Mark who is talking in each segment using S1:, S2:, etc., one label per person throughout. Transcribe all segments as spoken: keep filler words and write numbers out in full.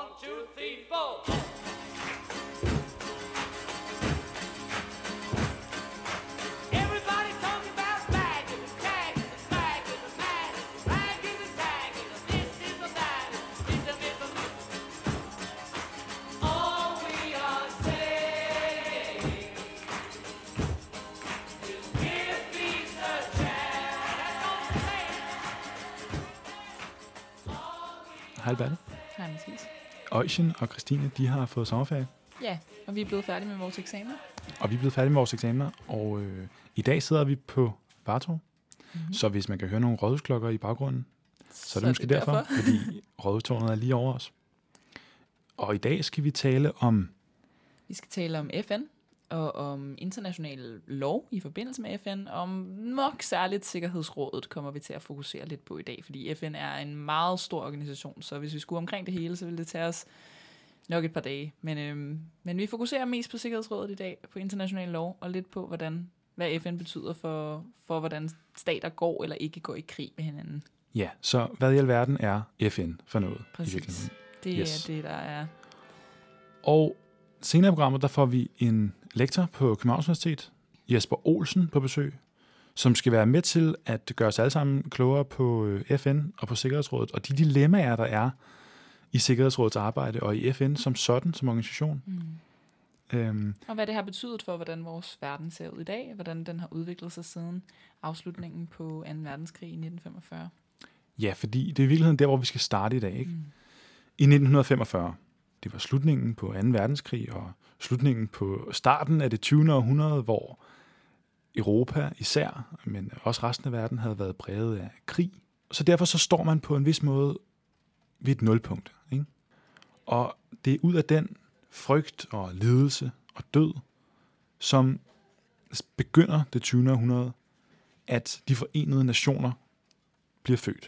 S1: One, two, three, four. Everybody talking about bagging and tagging and bagging and mad, bagging and tagging and this is a that, this is a this. All we are saying is give peace a chance.
S2: Hej Alberte.
S3: Hej Mathias.
S2: Øjsjen og Christine, de har fået sommerferie,
S3: Ja, og vi er blevet færdige med vores eksamener.
S2: og vi er blevet færdige med vores eksamener, og øh, i dag sidder vi på Vartov, mm-hmm. så hvis man kan høre nogle rådhusklokker i baggrunden, så er det måske derfor, derfor fordi rådhustårnet er lige over os. Og i dag skal vi tale om...
S3: Vi skal tale om F N og om international lov i forbindelse med F N, og om nok særligt Sikkerhedsrådet kommer vi til at fokusere lidt på i dag, fordi F N er en meget stor organisation, så hvis vi skulle omkring det hele, så ville det tage os nok et par dage. Men, øhm, men vi fokuserer mest på Sikkerhedsrådet i dag, på international lov, og lidt på, hvordan, hvad F N betyder for, for, hvordan stater går eller ikke går i krig med hinanden.
S2: Ja, så hvad i alverden er F N for noget?
S3: Præcis.
S2: I virkeligheden?
S3: Det
S2: Yes.
S3: er det, der er...
S2: Og senere i programmet, der får vi en lektor på Københavns Universitet, Jesper Olsen, på besøg, som skal være med til at gøre os alle sammen klogere på øh, F N og på Sikkerhedsrådet, og de dilemmaer, der er i Sikkerhedsrådets arbejde og i F N som sådan, som organisation.
S3: Mm.
S2: Øhm,
S3: Og hvad det har betydet for, hvordan vores verden ser ud i dag, hvordan den har udviklet sig siden afslutningen på anden verdenskrig i nitten femogfyrre.
S2: ja, fordi det er i virkeligheden der, hvor vi skal starte i dag. Ikke?
S3: Mm.
S2: I nitten femogfyrre, det var slutningen på anden verdenskrig og slutningen på starten af det tyvende århundrede, hvor Europa især, men også resten af verden, havde været præget af krig. Så derfor så står man på en vis måde ved et nulpunkt. Ikke? Og det er ud af den frygt og lidelse og død, som begynder det tyvende århundrede, at de forenede nationer bliver født.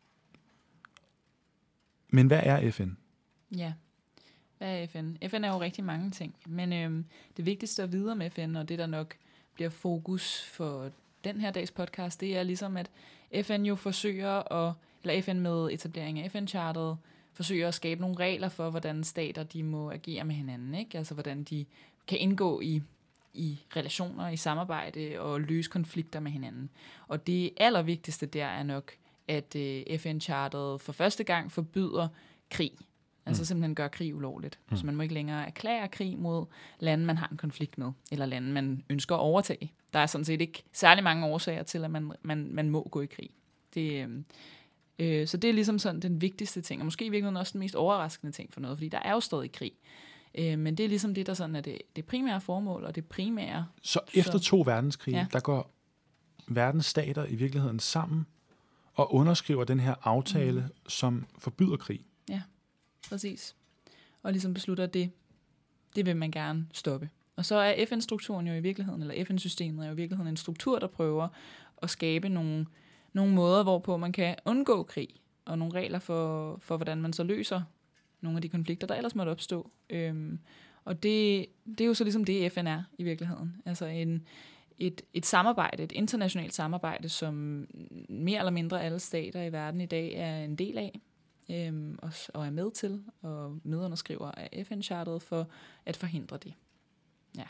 S2: Men hvad er F N?
S3: Ja, hvad er F N? F N er jo rigtig mange ting, men øhm, det vigtigste at vide om F N, og det der nok bliver fokus for den her dags podcast, det er ligesom, at F N jo forsøger at, eller F N med etablering af F N-charteret, forsøger at skabe nogle regler for, hvordan stater de må agere med hinanden, ikke? Altså hvordan de kan indgå i, i relationer, i samarbejde og løse konflikter med hinanden. Og det allervigtigste der er nok, at øh, F N-charteret for første gang forbyder krig. Altså mm. simpelthen gør krig ulovligt. Mm. Så man må ikke længere erklære krig mod lande, man har en konflikt med, eller lande, man ønsker at overtage. Der er sådan set ikke særlig mange årsager til, at man, man, man må gå i krig. Det, øh, øh, så det er ligesom sådan den vigtigste ting, og måske i virkeligheden også den mest overraskende ting for noget, fordi der er jo stadig krig. Øh, men det er ligesom det, der sådan er det, det primære formål, og det primære...
S2: Så efter så, to verdenskrige,
S3: ja.
S2: der går verdens stater i virkeligheden sammen og underskriver den her aftale, mm. som forbyder krig.
S3: Ja, præcis. Og ligesom beslutter, at det, det vil man gerne stoppe. Og så er F N-strukturen jo i virkeligheden, eller F N-systemet er jo i virkeligheden en struktur, der prøver at skabe nogle, nogle måder, hvorpå man kan undgå krig, og nogle regler for, for, hvordan man så løser nogle af de konflikter, der ellers måtte opstå. Øhm, og det, det er jo så ligesom det, F N er i virkeligheden. Altså en, et, et samarbejde, et internationalt samarbejde, som mere eller mindre alle stater i verden i dag er en del af, øhm, og, og er med til, og medunderskriver af F N-charteret for at forhindre det. Ja.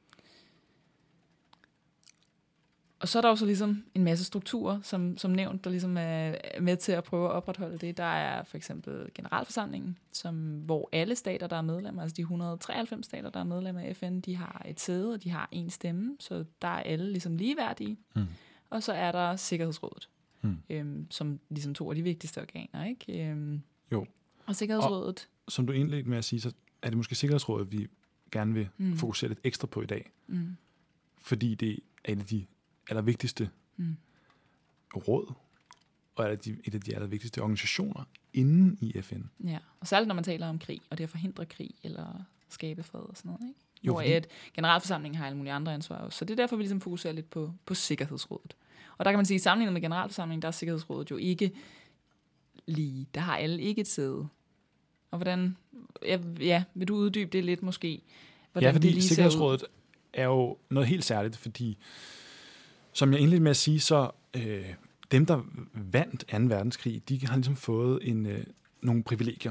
S3: Og så er der jo så ligesom en masse strukturer, som, som nævnt, der ligesom er med til at prøve at opretholde det. Der er for eksempel generalforsamlingen, som, hvor alle stater, der er medlemmer, altså de et hundrede og treoghalvfems stater, der er medlemmer af F N, de har et sæde, og de har en stemme, så der er alle ligesom ligeværdige. Mm. Og så er der Sikkerhedsrådet, mm. øhm, som ligesom to af de vigtigste organer, ikke? Øhm,
S2: jo.
S3: Og Sikkerhedsrådet...
S2: Og, som du indledte med at sige, så er det måske Sikkerhedsrådet, vi gerne vil mm. fokusere lidt ekstra på i dag. Mm. Fordi det er et af de allervigtigste mm. råd, og er de, et af de allervigtigste organisationer inden i F N.
S3: Ja, og særligt når man taler om krig, og det at forhindre krig, eller skabe fred og sådan noget, ikke?
S2: Jo,
S3: hvor
S2: fordi...
S3: at generalforsamlingen har alle mulige andre ansvar også. Så det er derfor, vi ligesom fokuserer lidt på, på Sikkerhedsrådet. Og der kan man sige, at sammenlignet med generalforsamlingen, der er Sikkerhedsrådet jo ikke lige. Der har alle ikke et sæde. Og hvordan, ja, ja vil du uddybe det lidt måske?
S2: Ja, fordi Sikkerhedsrådet er jo noget helt særligt, fordi som jeg indledte med at sige, så øh, dem, der vandt anden verdenskrig, de har ligesom fået en, øh, nogle privilegier.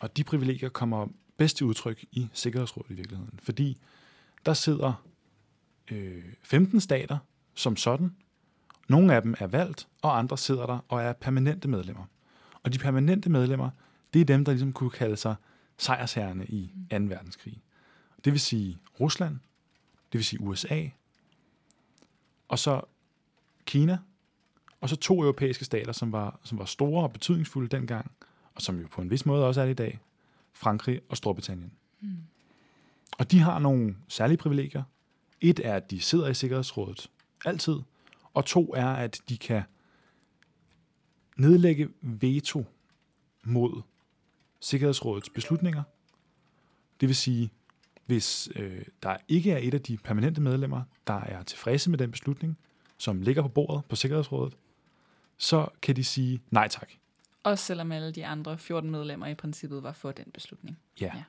S2: Og de privilegier kommer bedst til udtryk i Sikkerhedsrådet i virkeligheden. Fordi der sidder øh, femten stater som sådan. Nogle af dem er valgt, og andre sidder der og er permanente medlemmer. Og de permanente medlemmer, det er dem, der ligesom kunne kalde sig sejrsherrene i anden verdenskrig. Det vil sige Rusland, det vil sige U S A, og så Kina, og så to europæiske stater, som var, som var store og betydningsfulde dengang, og som jo på en vis måde også er det i dag, Frankrig og Storbritannien. Mm. Og de har nogle særlige privilegier. Et er, at de sidder i Sikkerhedsrådet altid, og to er, at de kan nedlægge veto mod Sikkerhedsrådets beslutninger. Det vil sige, hvis øh, der ikke er et af de permanente medlemmer, der er tilfredse med den beslutning, som ligger på bordet på Sikkerhedsrådet, så kan de sige nej tak.
S3: Også selvom alle de andre fjorten medlemmer i princippet var for den beslutning.
S2: Ja.
S3: Ja.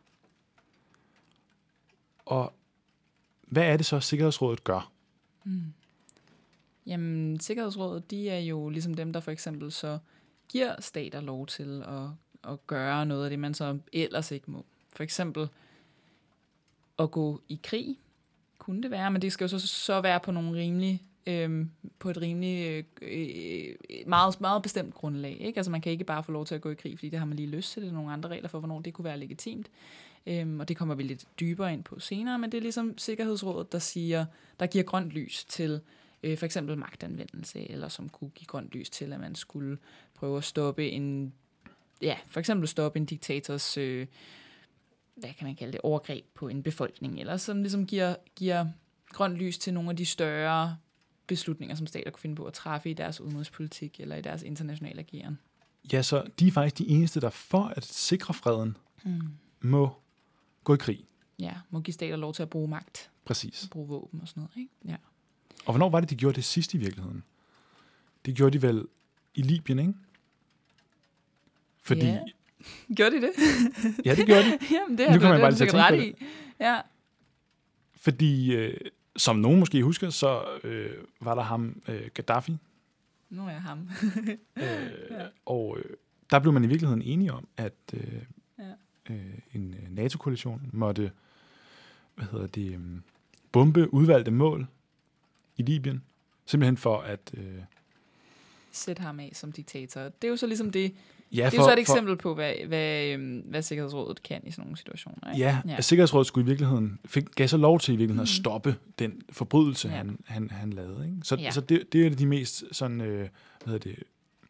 S2: Og hvad er det så, Sikkerhedsrådet gør?
S3: Mm. Jamen, Sikkerhedsrådet, de er jo ligesom dem, der for eksempel så giver stater lov til at, at gøre noget af det, man så ellers ikke må. For eksempel at gå i krig, kunne det være, men det skal jo så, så være på nogle rimelige, øhm, på et rimelig øh, meget, meget bestemt grundlag. Ikke? Altså man kan ikke bare få lov til at gå i krig, fordi det har man lige lyst til. Det er nogle andre regler for, hvornår det kunne være legitimt. Øhm, og det kommer vi lidt dybere ind på senere, men det er ligesom Sikkerhedsrådet, der siger, der giver grønt lys til øh, for eksempel magtanvendelse, eller som kunne give grønt lys til, at man skulle prøve at stoppe en, ja, for eksempel stoppe en diktators øh, hvad kan man kalde det, overgreb på en befolkning, eller som ligesom giver, giver grønt lys til nogle af de større beslutninger, som stater kunne finde på at træffe i deres udenrigspolitik, eller i deres internationale ageren.
S2: Ja, så de er faktisk de eneste, der for at sikre freden, mm. må gå i krig.
S3: Ja, må give stater lov til at bruge magt.
S2: Præcis.
S3: Bruge våben og sådan noget, ikke? Ja.
S2: Og hvornår var det, de gjorde det sidst i virkeligheden? Det gjorde de vel i Libyen, ikke? Fordi...
S3: Ja. Gjorde de det?
S2: Ja, det gjorde de.
S3: Jamen, det har
S2: nu kan
S3: du,
S2: man bare
S3: det,
S2: lige
S3: ret
S2: tænke
S3: i. Ja.
S2: Fordi, øh, som nogen måske husker, så øh, var der ham, øh, Gaddafi.
S3: Nu er jeg ham.
S2: øh, ja. Og øh, der blev man i virkeligheden enige om, at øh,
S3: ja.
S2: øh, en NATO-koalition måtte, hvad hedder det, øh, bombe udvalgte mål i Libyen, simpelthen for at... Øh,
S3: sætte ham af som diktator. Det er jo så ligesom det...
S2: Ja,
S3: det er
S2: for,
S3: jo så et eksempel
S2: for,
S3: på, hvad, hvad, øhm, hvad Sikkerhedsrådet kan i sådan nogle situationer. Ikke?
S2: Ja, ja. At Sikkerhedsrådet skulle i virkeligheden, fik, gav så lov til i virkeligheden mm. at stoppe den forbrydelse, ja. han, han, han lavede. Ikke? Så, ja. så det, det er de mest sådan, øh, hvad hedder det,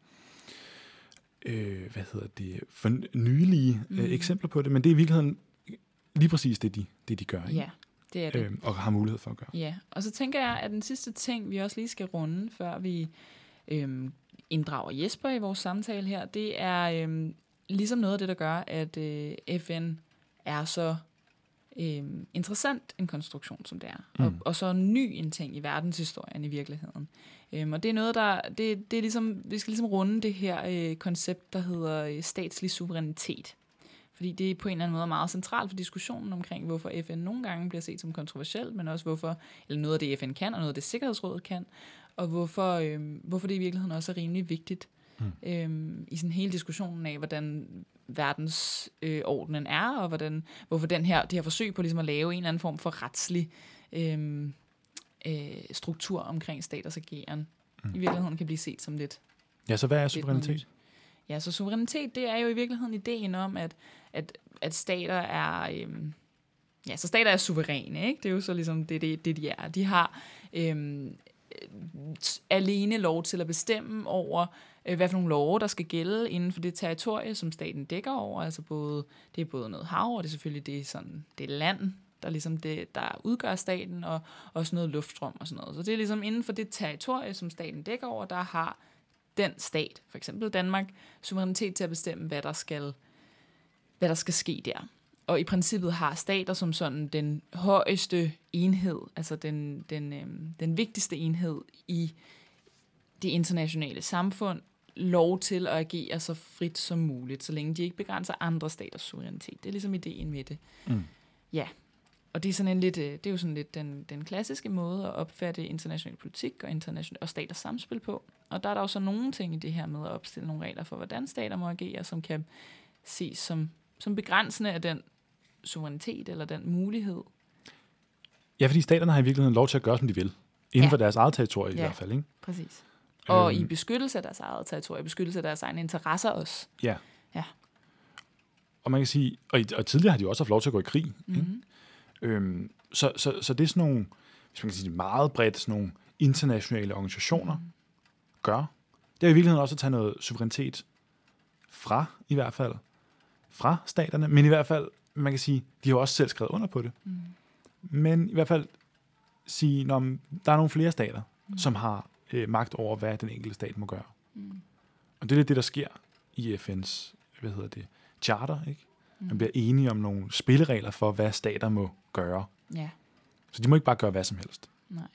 S2: øh, hvad hedder det, for nylige mm. øh, eksempler på det, men det er i virkeligheden lige præcis det, de, det, de gør. Ikke?
S3: Ja, det er det.
S2: Øh, og har mulighed for at gøre.
S3: Ja, og så tænker jeg, at den sidste ting, vi også lige skal runde, før vi... Øhm, inddrager Jesper i vores samtale her, det er øhm, ligesom noget af det, der gør, at øh, F N er så øhm, interessant en konstruktion, som det er. Mm. Og, og så ny en ting i verdenshistorien i virkeligheden. Øhm, og det er noget, der... Det, det er ligesom, vi skal ligesom runde det her øh, koncept, der hedder øh, statslig suverænitet. Fordi det er på en eller anden måde meget centralt for diskussionen omkring, hvorfor F N nogle gange bliver set som kontroversielt, men også hvorfor, eller noget af det F N kan, og noget af det Sikkerhedsrådet kan, og hvorfor, øhm, hvorfor det i virkeligheden også er rimelig vigtigt mm. øhm, i sådan hele diskussionen af, hvordan verdensordenen øh, er, og hvordan, hvorfor den her, det her forsøg på ligesom at lave en eller anden form for retslig øhm, øh, struktur omkring staters ageren, mm. i virkeligheden kan blive set som lidt...
S2: Ja, så hvad er suverænitet?
S3: Ja, så suverænitet, det er jo i virkeligheden ideen om, at, at, at stater er... Øhm, ja, så stater er suveræne, ikke? Det er jo så ligesom det, det, det de er. De har... Øhm, alene lov til at bestemme over, øh, hvad for nogle love, der skal gælde inden for det territorie, som staten dækker over. Altså både, det er både noget hav, og det er selvfølgelig det, sådan, det land, der, ligesom det, der udgør staten, og også noget luftrum og sådan noget. Så det er ligesom inden for det territorie, som staten dækker over, der har den stat, for eksempel Danmark, suverænitet til at bestemme, hvad der skal, hvad der skal ske der. Og i princippet har stater som sådan den højeste enhed, altså den, den, øhm, den vigtigste enhed i det internationale samfund, lov til at agere så frit som muligt, så længe de ikke begrænser andre staters suverænitet. Det er ligesom ideen med det. Mm. Ja, og det er, sådan en lidt, det er jo sådan lidt den, den klassiske måde at opfatte international politik og, international, og staters samspil på. Og der er der jo så nogle ting i det her med at opstille nogle regler for, hvordan stater må agere, som kan ses som som begrænsende af den suverænitet eller den mulighed.
S2: Ja, fordi staterne har i virkeligheden lov til at gøre, som de vil. Inden
S3: Ja.
S2: for deres eget territorie i
S3: Ja.
S2: hvert fald, ikke?
S3: Præcis. Og
S2: Øhm.
S3: i beskyttelse af deres eget territorie, beskyttelse af deres egne interesser også.
S2: Ja.
S3: Ja.
S2: Og man kan sige, og, i, og tidligere har de jo også haft lov til at gå i krig.
S3: Mm-hmm.
S2: Ikke? Øhm, så, så, så det er sådan nogle, hvis man kan sige meget bredt, sådan nogle internationale organisationer
S3: Mm.
S2: gør. Det er i virkeligheden også at tage noget suverænitet fra, i hvert fald, fra staterne, men i hvert fald, man kan sige, de har jo også selv skrevet under på det.
S3: Mm.
S2: Men i hvert fald sige, når der er nogle flere stater,
S3: Mm.
S2: som har øh, magt over, hvad den enkelte stat må gøre.
S3: Mm.
S2: Og det er det, der sker i F N's, hvad hedder det, charter, ikke? Man
S3: Mm.
S2: bliver enige om nogle spilleregler for, hvad stater må gøre.
S3: Ja,
S2: Så de må ikke bare gøre hvad som helst.
S3: nej.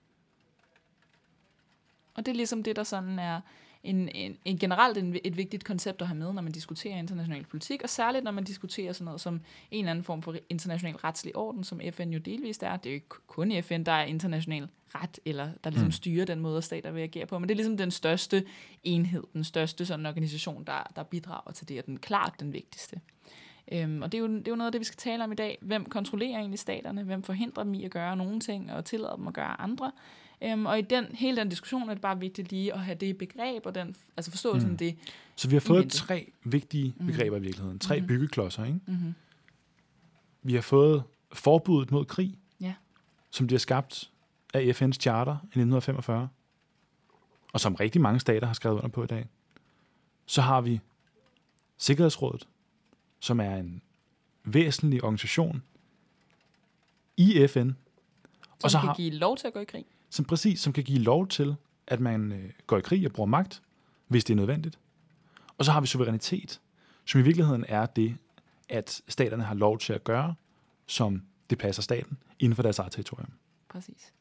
S3: Og det er ligesom det, der sådan er en, en, en generelt en, et vigtigt koncept at have med, når man diskuterer international politik, og særligt når man diskuterer sådan noget som en eller anden form for international retslig orden, som F N jo delvist er. Det er jo ikke kun F N, der er international ret, eller der ligesom
S2: Mm.
S3: styrer den måde, stater vil agere på, men det er ligesom den største enhed, den største sådan organisation, der, der bidrager til det, og den er klart den vigtigste. Øhm, og det er, jo, det er jo noget af det, vi skal tale om i dag. Hvem kontrollerer egentlig staterne? Hvem forhindrer dem i at gøre nogle ting, og tillader dem at gøre andre? Øhm, og i den, hele den diskussion er det bare vigtigt lige at have det begreb, og den, altså forståelsen
S2: Mm.
S3: af det.
S2: Så vi har fået
S3: vente.
S2: tre vigtige
S3: Mhm.
S2: begreber i virkeligheden. Tre
S3: Mhm.
S2: byggeklodser, ikke?
S3: Mm-hmm.
S2: Vi har fået forbuddet mod krig,
S3: Ja.
S2: som bliver skabt af F N's charter i nitten femogfyrre, og som rigtig mange stater har skrevet under på i dag. Så har vi Sikkerhedsrådet, som er en væsentlig organisation i F N,
S3: Som
S2: og så
S3: kan
S2: har,
S3: give lov til at gå i krig.
S2: som præcis som kan give lov til, at man øh, går i krig og bruger magt, hvis det er nødvendigt. Og så har vi suverænitet, som i virkeligheden er det, at staterne har lov til at gøre, som det passer staten, inden for deres eget territorium.
S3: Præcis.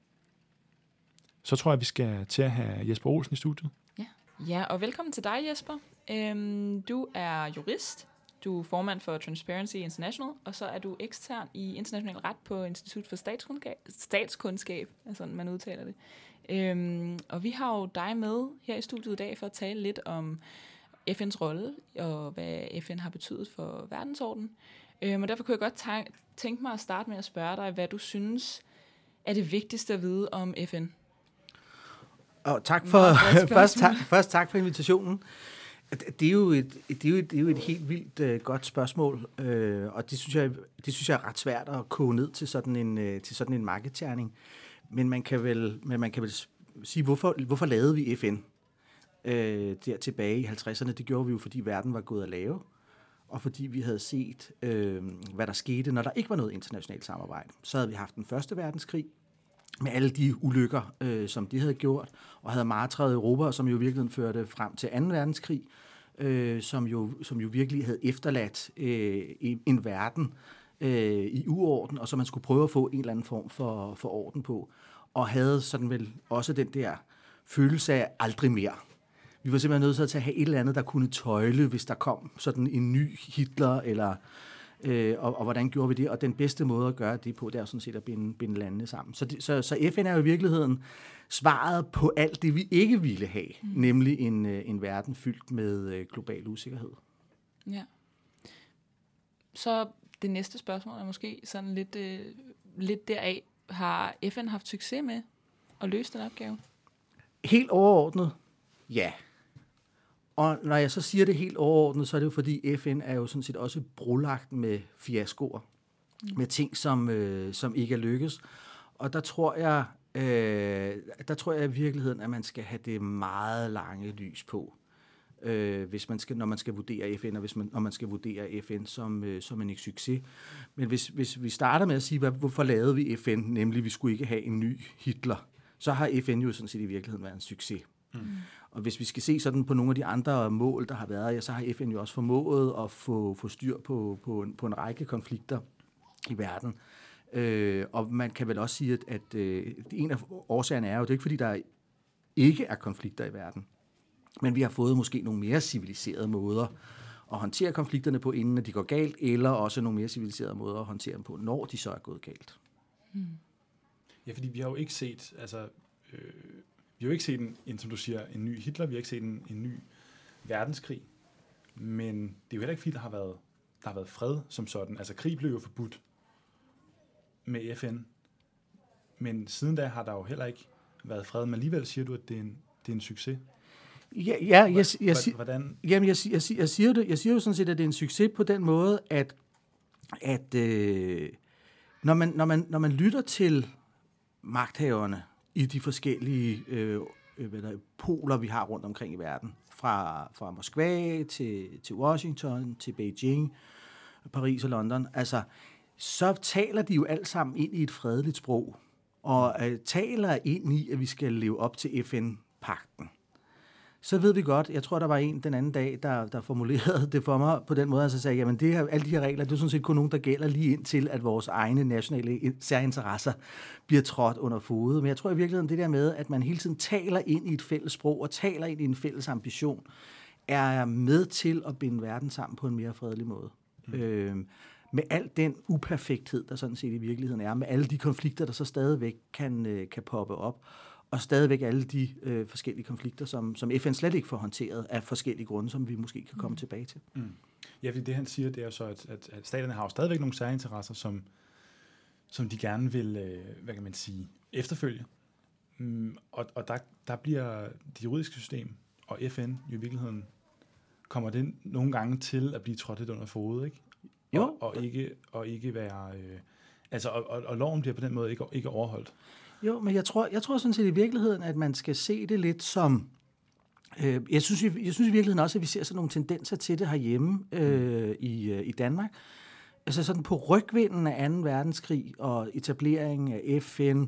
S2: Så tror jeg, vi skal til at have Jesper Olsen i studiet.
S3: Ja, og velkommen til dig, Jesper. Øhm, du er jurist, du er formand for Transparency International, og så er du ekstern i international ret på Institut for Statskundskab, Statskundskab, er sådan man udtaler det. Øhm, og vi har jo dig med her i studiet i dag for at tale lidt om F N's rolle, og hvad F N har betydet for verdensordenen. Øhm, og derfor kunne jeg godt tæ- tænke mig at starte med at spørge dig, hvad du synes er det vigtigste at vide om F N.
S4: Og tak for,
S3: Meget godt
S4: først,
S3: spørgsmål.
S4: tak, først tak for invitationen. Det er jo et, det er jo et, det er jo et helt vildt uh, godt spørgsmål, uh, og det synes, jeg, det synes jeg er ret svært at koge ned til sådan en, uh, til sådan en markedterning. Men man kan vel, men man kan vel sige, hvorfor, hvorfor lavede vi F N uh, der tilbage i halvtredserne? Det gjorde vi jo, fordi verden var gået at lave, og fordi vi havde set, uh, hvad der skete, når der ikke var noget internationalt samarbejde. Så havde vi haft den første verdenskrig, med alle de ulykker, øh, som de havde gjort, og havde martret Europa, som jo virkelig førte frem til anden verdenskrig, øh, som, jo, som jo virkelig havde efterladt øh, en, en verden øh, i uorden, og så man skulle prøve at få en eller anden form for, for orden på, og havde sådan vel også den der følelse af aldrig mere. Vi var simpelthen nødt til at have et eller andet, der kunne tøjle, hvis der kom sådan en ny Hitler, eller Øh, og, og hvordan gjorde vi det? Og den bedste måde at gøre det på, det er sådan set at binde, binde landene sammen. Så, det, så, så F N er jo i virkeligheden svaret på alt det, vi ikke ville have, mm. nemlig en, en verden fyldt med global usikkerhed.
S3: Ja. Så det næste spørgsmål er måske sådan lidt, øh, lidt deraf. Har F N haft succes med at løse den opgave?
S4: Helt overordnet, ja. Og når jeg så siger det helt overordnet, så er det jo fordi F N er jo sådan set også brolagt med fiaskoer, mm. med ting, som, øh, som ikke er lykkes. Og der tror jeg, øh, der tror jeg i virkeligheden, at man skal have det meget lange lys på, øh, hvis man skal, når man skal vurdere F N, og hvis man, når man skal vurdere F N som, øh, som en succes. Men hvis, hvis vi starter med at sige, hvad, hvorfor lavede vi F N, nemlig vi skulle ikke have en ny Hitler, så har F N jo sådan set i virkeligheden været en succes. Mm. Og hvis vi skal se sådan på nogle af de andre mål, der har været, ja, så har F N jo også formået at få, få styr på, på, en, på en række konflikter i verden. Øh, og man kan vel også sige, at, at øh, en af årsagerne er jo, det er ikke fordi, der ikke er konflikter i verden, men vi har fået måske nogle mere civiliserede måder at håndtere konflikterne på, inden de går galt, eller også nogle mere civiliserede måder at håndtere dem på, når de så er gået galt.
S3: Hmm.
S2: Ja, fordi vi har jo ikke set, altså, øh, vi har jo ikke set en, en, som du siger, en ny Hitler, vi har ikke set en, en ny verdenskrig, men det er jo heller ikke fordi, der har været der har været fred som sådan. Altså krig blev jo forbudt med F N, men siden da har der jo heller ikke været fred, men alligevel siger du, at det er en, det er en succes.
S4: Ja, ja jeg, jeg, jeg,
S2: Hvordan?
S4: jamen, jeg, jeg, jeg, siger det, jeg siger jo sådan set, at det er en succes på den måde, at, at øh, når, man, når, man, når man lytter til magthaverne i de forskellige øh, hvad der, poler, vi har rundt omkring i verden, fra, fra Moskva til, til Washington, til Beijing, Paris og London, altså, så taler de jo alt sammen ind i et fredeligt sprog, og øh, taler ind i, at vi skal leve op til F N-pagten. Så ved vi godt, jeg tror, der var en den anden dag, der, der formulerede det for mig på den måde, og så sagde, jamen det her, alle de her regler, det er sådan set kun nogen, der gælder lige indtil, at vores egne nationale særinteresser bliver trådt under fode. Men jeg tror i virkeligheden, det der med, at man hele tiden taler ind i et fælles sprog, og taler ind i en fælles ambition, er med til at binde verden sammen på en mere fredelig måde. Mm. Øh, med al den uperfekthed, der sådan set i virkeligheden er, med alle de konflikter, der så stadigvæk kan, øh, kan poppe op, og stadigvæk alle de øh, forskellige konflikter, som, som F N slet ikke får håndteret af forskellige grunde, som vi måske kan komme mm. tilbage til.
S2: Mm. Ja, fordi det han siger, det er så, at, at, at staterne har jo stadigvæk nogle særinteresser, som, som de gerne vil, øh, hvad kan man sige, efterfølge. Mm, og og der, der bliver det juridiske system og F N jo i virkeligheden, kommer det nogle gange til at blive trådt lidt under fod, ikke?
S4: Jo.
S2: Og, og, ikke, og ikke være... Øh, altså, og, og, og loven bliver på den måde ikke, ikke overholdt.
S4: Jo, men jeg tror, jeg tror sådan set i virkeligheden, at man skal se det lidt som... Øh, jeg, synes, jeg, jeg synes i virkeligheden også, at vi ser sådan nogle tendenser til det herhjemme øh, i, øh, i Danmark. Altså sådan på rygvinden af anden verdenskrig og etableringen af F N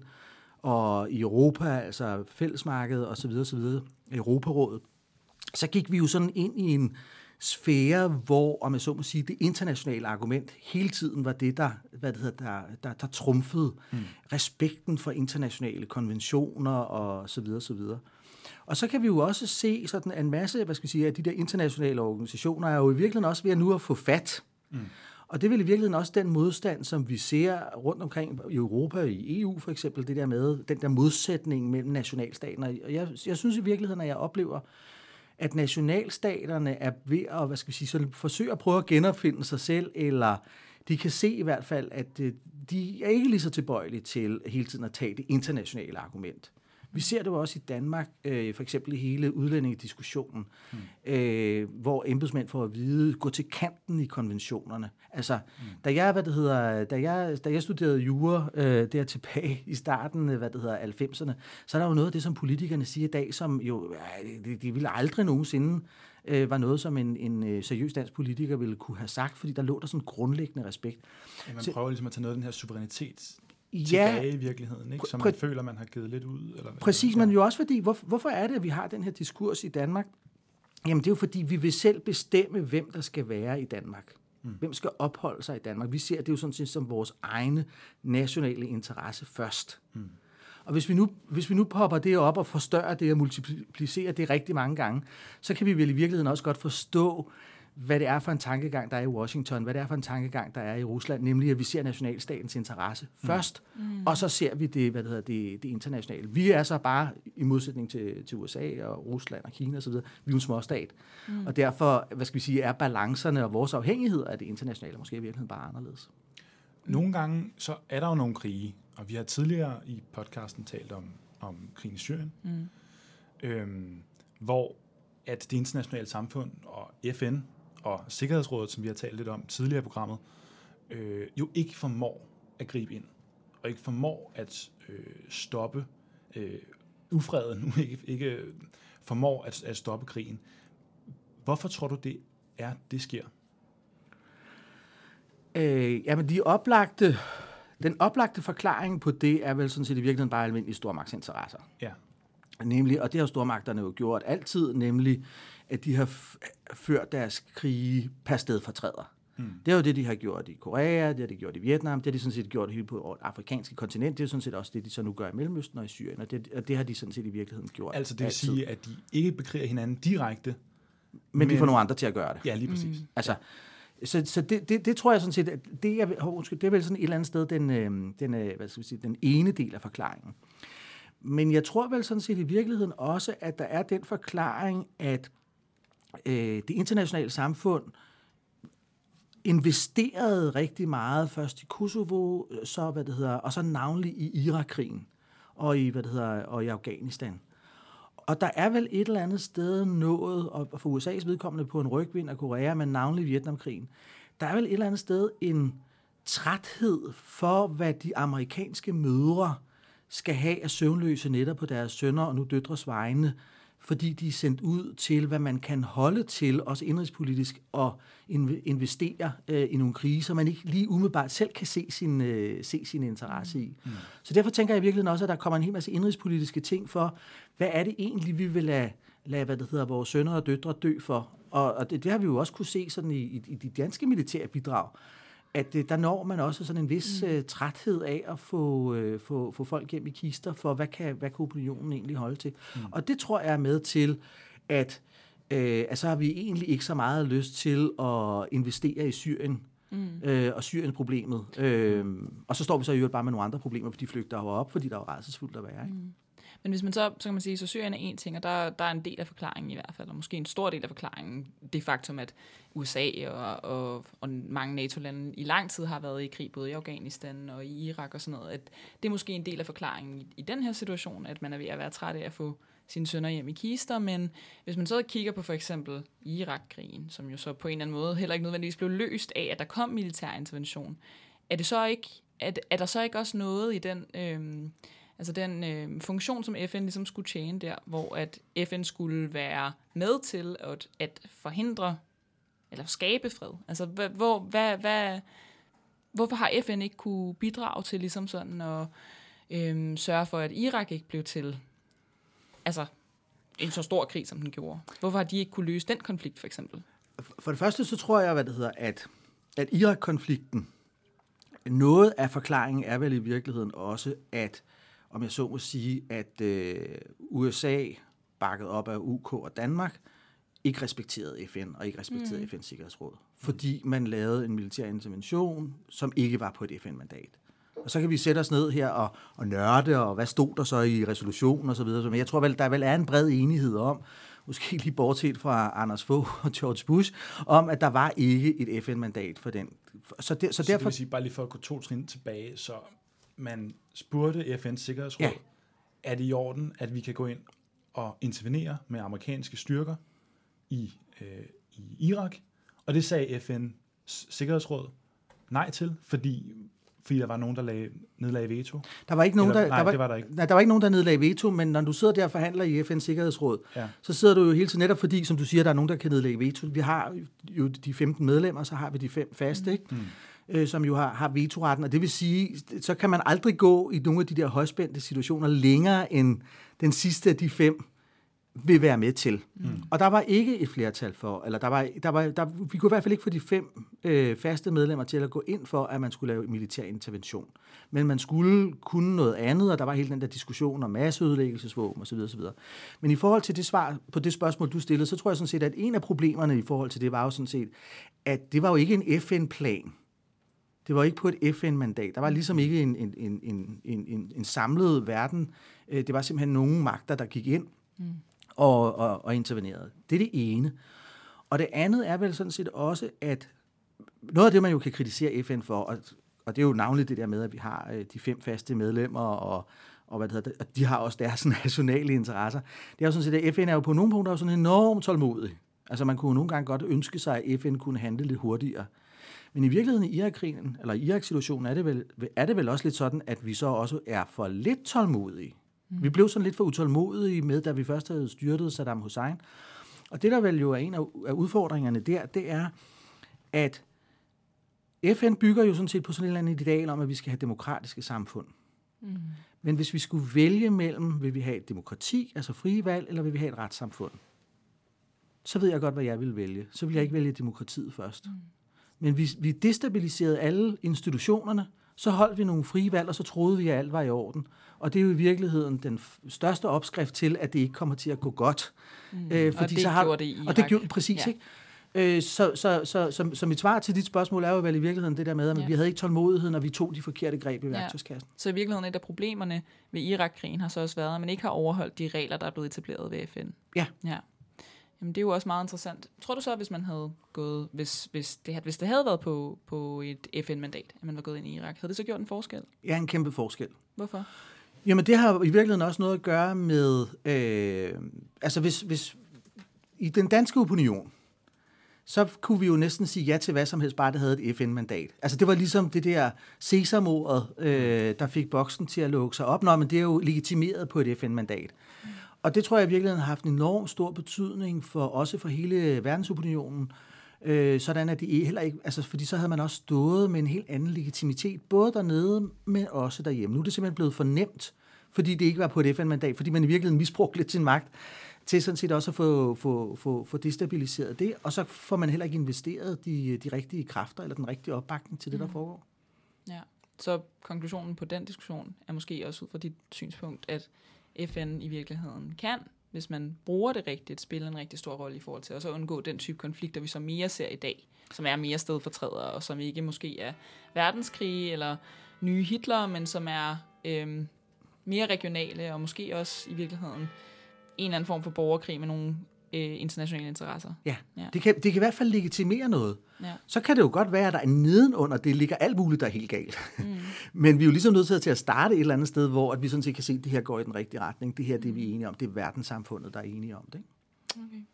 S4: og i Europa, altså fællesmarkedet osv. osv., Europarådet, så gik vi jo sådan ind i en sfære, hvor, om jeg så må sige, det internationale argument hele tiden var det, der, hvad det hedder, der, der, der trumfede mm. respekten for internationale konventioner og så videre, så videre. Og så kan vi jo også se sådan en masse, hvad skal vi sige, af de der internationale organisationer er jo i virkeligheden også ved at nu at få fat. Mm. Og det er vel i virkeligheden også den modstand, som vi ser rundt omkring i Europa, i E U for eksempel, det der med, den der modsætning mellem nationalstater. Og jeg, jeg synes i virkeligheden, at jeg oplever, at nationalstaterne er ved at, hvad skal vi sige, så forsøge at prøve at genopfinde sig selv, eller de kan se i hvert fald, at de er ikke lige så tilbøjelige til hele tiden at tage det internationale argument. Vi ser det jo også i Danmark, øh, for eksempel i hele udlændingediskussionen, mm. øh, hvor embedsmænd får at vide, gå til kanten i konventionerne. Altså, mm. da jeg, hvad det hedder, da jeg, da jeg studerede jura øh, der tilbage i starten, hvad det hedder, halvfemserne, så er der jo noget af det, som politikerne siger i dag, som jo, de, de ville aldrig nogensinde øh, var noget, som en, en seriøs dansk politiker ville kunne have sagt, fordi der lå der sådan en grundlæggende respekt.
S2: Ja, man prøver ligesom at tage noget af den her suverænitet
S4: ja,
S2: tilbage i virkeligheden, ikke? Som
S4: præ-
S2: man føler, man har givet lidt ud. Eller hvad?
S4: Præcis, men jo også fordi, hvor, hvorfor er det, at vi har den her diskurs i Danmark? Jamen det er jo fordi, vi vil selv bestemme, hvem der skal være i Danmark. Mm. Hvem skal opholde sig i Danmark? Vi ser det jo sådan set som vores egne nationale interesse først. Mm. Og hvis vi, nu, hvis vi nu popper det op og forstørrer det og multiplicerer det rigtig mange gange, så kan vi vel i virkeligheden også godt forstå, hvad det er for en tankegang, der er i Washington, hvad det er for en tankegang, der er i Rusland, nemlig at vi ser nationalstatens interesse mm. først, mm. og så ser vi det, hvad det hedder, det, det internationale. Vi er så bare, i modsætning til, til U S A og Rusland og Kina osv., vi er en småstat. Mm. Og derfor, hvad skal vi sige, er balancerne og vores afhængighed af det internationale måske i virkeligheden bare anderledes.
S2: Nogle gange, så er der jo nogle krige, og vi har tidligere i podcasten talt om, om krigen i Syrien, mm. øhm, hvor at det internationale samfund og F N og Sikkerhedsrådet, som vi har talt lidt om tidligere i programmet, øh, jo ikke formår at gribe ind, og ikke formår at øh, stoppe øh, ufreden, nu ikke, ikke formår at, at stoppe krigen. Hvorfor tror du, det er, det sker?
S4: Øh, jamen, de oplagte, den oplagte forklaring på det er vel sådan set i virkeligheden bare almindelige stormagtsinteresser. Ja. Nemlig, og det har stormagterne jo gjort altid, nemlig at de har f- ført deres krige per stedfortræder. Mm. Det er jo det, de har gjort i Korea, det har de gjort i Vietnam, det har de sådan set gjort hele på det afrikanske kontinent, det er sådan set også det, de så nu gør i Mellemøsten og i Syrien, og det, og det har de sådan set i virkeligheden gjort.
S2: Altså det vil altid sige, at de ikke bekriger hinanden direkte,
S4: men, men de får nogle andre til at gøre det.
S2: Ja, lige præcis.
S4: Mm. Altså, så, så det, det, det tror jeg sådan set, at det er, oh, undskyld, det er vel sådan et eller andet sted den, den, hvad skal vi sige, den ene del af forklaringen. Men jeg tror vel sådan set i virkeligheden også, at der er den forklaring, at øh, det internationale samfund investerede rigtig meget, først i Kosovo, så, hvad det hedder, og så navnlig i Irakkrigen og i, hvad det hedder, og i Afghanistan. Og der er vel et eller andet sted nået, og for U S A's vedkommende på en rygvind af Korea, men navnlig Vietnamkrigen, der er vel et eller andet sted en træthed for, hvad de amerikanske mødre skal have af søvnløse nætter på deres sønner og nu døtres vegne, fordi de er sendt ud til, hvad man kan holde til, også indrigspolitisk, og investere øh, i nogle kriser, man ikke lige umiddelbart selv kan se sin, øh, se sin interesse i. Mm. Så derfor tænker jeg i virkeligheden også, at der kommer en hel masse indrigspolitiske ting for, hvad er det egentlig, vi vil lade, lade hvad det hedder, vores sønner og døtre dø for? Og, og det, det har vi jo også kunne se sådan i, i, i de danske militære bidrag, at øh, der når man også sådan en vis øh, træthed af at få, øh, få, få folk hjem i kister for, hvad kan, hvad kan opinionen egentlig holde til. Mm. Og det tror jeg er med til, at øh, altså har vi egentlig ikke så meget lyst til at investere i Syrien mm. øh, og Syriens-problemet. Øh, og så står vi så i øvrigt bare med nogle andre problemer, fordi de flygter op, fordi der er jo rædselsfuldt at være. Ikke? Mm.
S3: Men hvis man så, så kan man sige, så Syrien er en ting, og der, der er en del af forklaringen i hvert fald, og måske en stor del af forklaringen, det faktum, at U S A og, og, og mange NATO-lande i lang tid har været i krig, både i Afghanistan og i Irak og sådan noget, at det er måske en del af forklaringen i, i den her situation, at man er ved at være træt af at få sine sønner hjem i kister, men hvis man så kigger på for eksempel Irak-krigen, som jo så på en eller anden måde heller ikke nødvendigvis blev løst af, at der kom militær intervention, er det så ikke, er, er der så ikke også noget i den... Øhm, Altså den øh, funktion, som F N ligesom skulle tjene der, hvor at F N skulle være med til at, at forhindre eller skabe fred. Altså hvor, hvad, hvad, hvorfor har F N ikke kunne bidrage til ligesom sådan at øh, sørge for, at Irak ikke blev til altså en så stor krig, som den gjorde? Hvorfor har de ikke kunne løse den konflikt, for eksempel?
S4: For det første, så tror jeg, hvad det hedder, at, at Irak-konflikten, noget af forklaringen er vel i virkeligheden også, at om jeg så må sige, at øh, U S A, bakket op af U K og Danmark, ikke respekterede F N og ikke respekterede mm. F N's Sikkerhedsråd. Fordi man lavede en militær intervention, som ikke var på et F N-mandat. Og så kan vi sætte os ned her og, og nørde, og hvad stod der så i resolutionen og så videre. Men jeg tror vel, der vel er en bred enighed om, måske lige bortset fra Anders Fogh og George Bush, om at der var ikke et F N-mandat for den. Så, der, så,
S2: så
S4: derfor...
S2: det vil sige, bare lige for at gå to trin tilbage, så man spurgte F N's Sikkerhedsråd, ja. Er det i orden, at vi kan gå ind og intervenere med amerikanske styrker i, øh, i Irak? Og det sagde F N's Sikkerhedsråd nej til, fordi, fordi der var nogen, der lagde, nedlagde veto.
S4: Der var ikke nogen,
S2: Eller,
S4: der,
S2: nej,
S4: der var,
S2: det var der ikke.
S4: Nej, der var ikke nogen, der nedlagde veto, men når du sidder der og forhandler i F N's Sikkerhedsråd, ja. Så sidder du jo hele tiden netop fordi, som du siger, der er nogen, der kan nedlægge veto. Vi har jo de femten medlemmer, så har vi de fem faste, ikke? Mm. Øh, som jo har, har vetoretten, og det vil sige, så kan man aldrig gå i nogle af de der højspændte situationer længere end den sidste af de fem vil være med til. Mm. Og der var ikke et flertal for, eller der var, der var, der, vi kunne i hvert fald ikke få de fem øh, faste medlemmer til at gå ind for, at man skulle lave militær intervention. Men man skulle kunne noget andet, og der var hele den der diskussion om masseødelæggelsesvåben osv. osv. Men i forhold til det svar på det spørgsmål, du stillede, så tror jeg sådan set, at en af problemerne i forhold til det var jo sådan set, at det var jo ikke en F N-plan. Det var ikke på et F N-mandat. Der var ligesom ikke en, en, en, en, en, en samlet verden. Det var simpelthen nogle magter, der gik ind mm. og, og, og intervenerede. Det er det ene. Og det andet er vel sådan set også, at noget af det, man jo kan kritisere F N for, og, og det er jo navnligt det der med, at vi har de fem faste medlemmer, og, og, hvad det hedder, og de har også deres nationale interesser. Det er jo sådan set, at F N er jo på nogle punkter sådan enormt tålmodig. Altså man kunne nogle gange godt ønske sig, at F N kunne handle lidt hurtigere. Men i virkeligheden i Irak-krigen, eller Irak-situationen, er det, vel, er det vel også lidt sådan, at vi så også er for lidt tålmodige. Mm. Vi blev sådan lidt for utålmodige med, da vi først havde styrtet Saddam Hussein. Og det, der vel jo er en af udfordringerne der, det er, at F N bygger jo sådan set på sådan et eller andet ideal om, at vi skal have demokratiske samfund. Mm. Men hvis vi skulle vælge mellem, vil vi have et demokrati, altså frie valg, eller vil vi have et retssamfund, så ved jeg godt, hvad jeg vil vælge. Så vil jeg ikke vælge demokratiet først. Mm. Men vi, vi destabiliserede alle institutionerne, så holdt vi nogle frie valg, og så troede vi, at alt var i orden. Og det er jo i virkeligheden den f- største opskrift til, at det ikke kommer til at gå godt.
S3: Mm. Øh, fordi og det så har, gjorde det i Irak.
S4: Og det gjorde præcis, ja. Ikke? Øh, så så, så, så, så mit svar til dit spørgsmål er jo vel i virkeligheden det der med, at ja. vi havde ikke tålmodigheden, og vi tog de forkerte greb i værktøjskassen.
S3: Ja. Så i virkeligheden et af problemerne ved Irak-krigen har så også været, at man ikke har overholdt de regler, der er blevet etableret ved F N.
S4: Ja.
S3: Ja. Jamen, det er jo også meget interessant. Tror du så, hvis man havde gået, hvis, hvis, det, hvis det havde været på, på et F N-mandat, at man var gået ind i Irak, havde det så gjort en forskel?
S4: Ja, en kæmpe forskel.
S3: Hvorfor?
S4: Jamen, det har i virkeligheden også noget at gøre med, øh, altså hvis, hvis i den danske opinion, så kunne vi jo næsten sige ja til hvad som helst, bare det havde et F N-mandat. Altså det var ligesom det der Sesam-ordet, øh, der fik boksen til at lukke sig op. Nå, men det er jo legitimeret på et F N-mandat. Mm. Og det tror jeg i virkeligheden har haft en enorm stor betydning for også for hele verdensopinionen. Øh, sådan at de heller ikke, altså fordi så havde man også stået med en helt anden legitimitet, både dernede, men også derhjemme. Nu er det simpelthen blevet for nemt, fordi det ikke var på et F N-mandat, fordi man i virkeligheden misbrugte lidt sin magt til sådan set også at få, få, få, få destabiliseret det, og så får man heller ikke investeret de, de rigtige kræfter, eller den rigtige opbakning til det, der foregår.
S3: Ja, så konklusionen på den diskussion er måske også ud fra dit synspunkt, at F N i virkeligheden kan, hvis man bruger det rigtigt, spille en rigtig stor rolle i forhold til også at undgå den type konflikter, vi så mere ser i dag, som er mere stedfortrædere, og som ikke måske er verdenskrige eller nye Hitler, men som er øhm, mere regionale, og måske også i virkeligheden en eller anden form for borgerkrig med nogle øh, internationale interesser.
S4: Ja,
S3: Ja.
S4: Det, kan, det kan i hvert fald legitimere noget.
S3: Ja.
S4: Så kan det jo godt være, at der er nedenunder, det ligger alt muligt, der er helt galt.
S3: Mm.
S4: Men vi er jo ligesom nødt til at starte et eller andet sted, hvor at vi sådan set kan se, at det her går i den rigtige retning. Det her, det er vi enige om. Det er verdenssamfundet, der er enige om det. Ikke?
S3: Okay.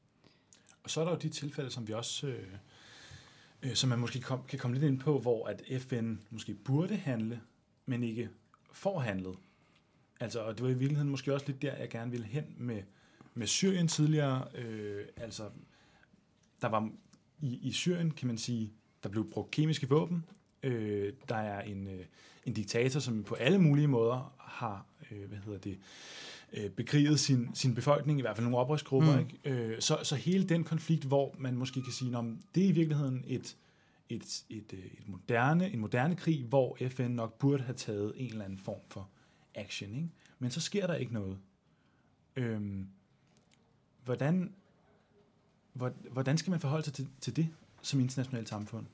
S2: Og så er der jo de tilfælde, som vi også, øh, øh, som man måske kom, kan komme lidt ind på, hvor at F N måske burde handle, men ikke får handlet. Altså, og det var i virkeligheden måske også lidt der, jeg gerne ville hen med, med Syrien tidligere. Øh, altså, der var i, i Syrien, kan man sige, der blev brugt kemiske våben. Øh, der er en, øh, en diktator, som på alle mulige måder har, øh, hvad hedder det, øh, bekriget sin, sin befolkning, i hvert fald nogle oprørsgrupper. Mm. Ikke? Øh, så, så hele den konflikt, hvor man måske kan sige, at det er i virkeligheden et, et, et, et moderne, en moderne krig, hvor F N nok burde have taget en eller anden form for action, ikke? Men så sker der ikke noget. Øhm, hvordan, hvordan skal man forholde sig til, til det som internationalt samfund?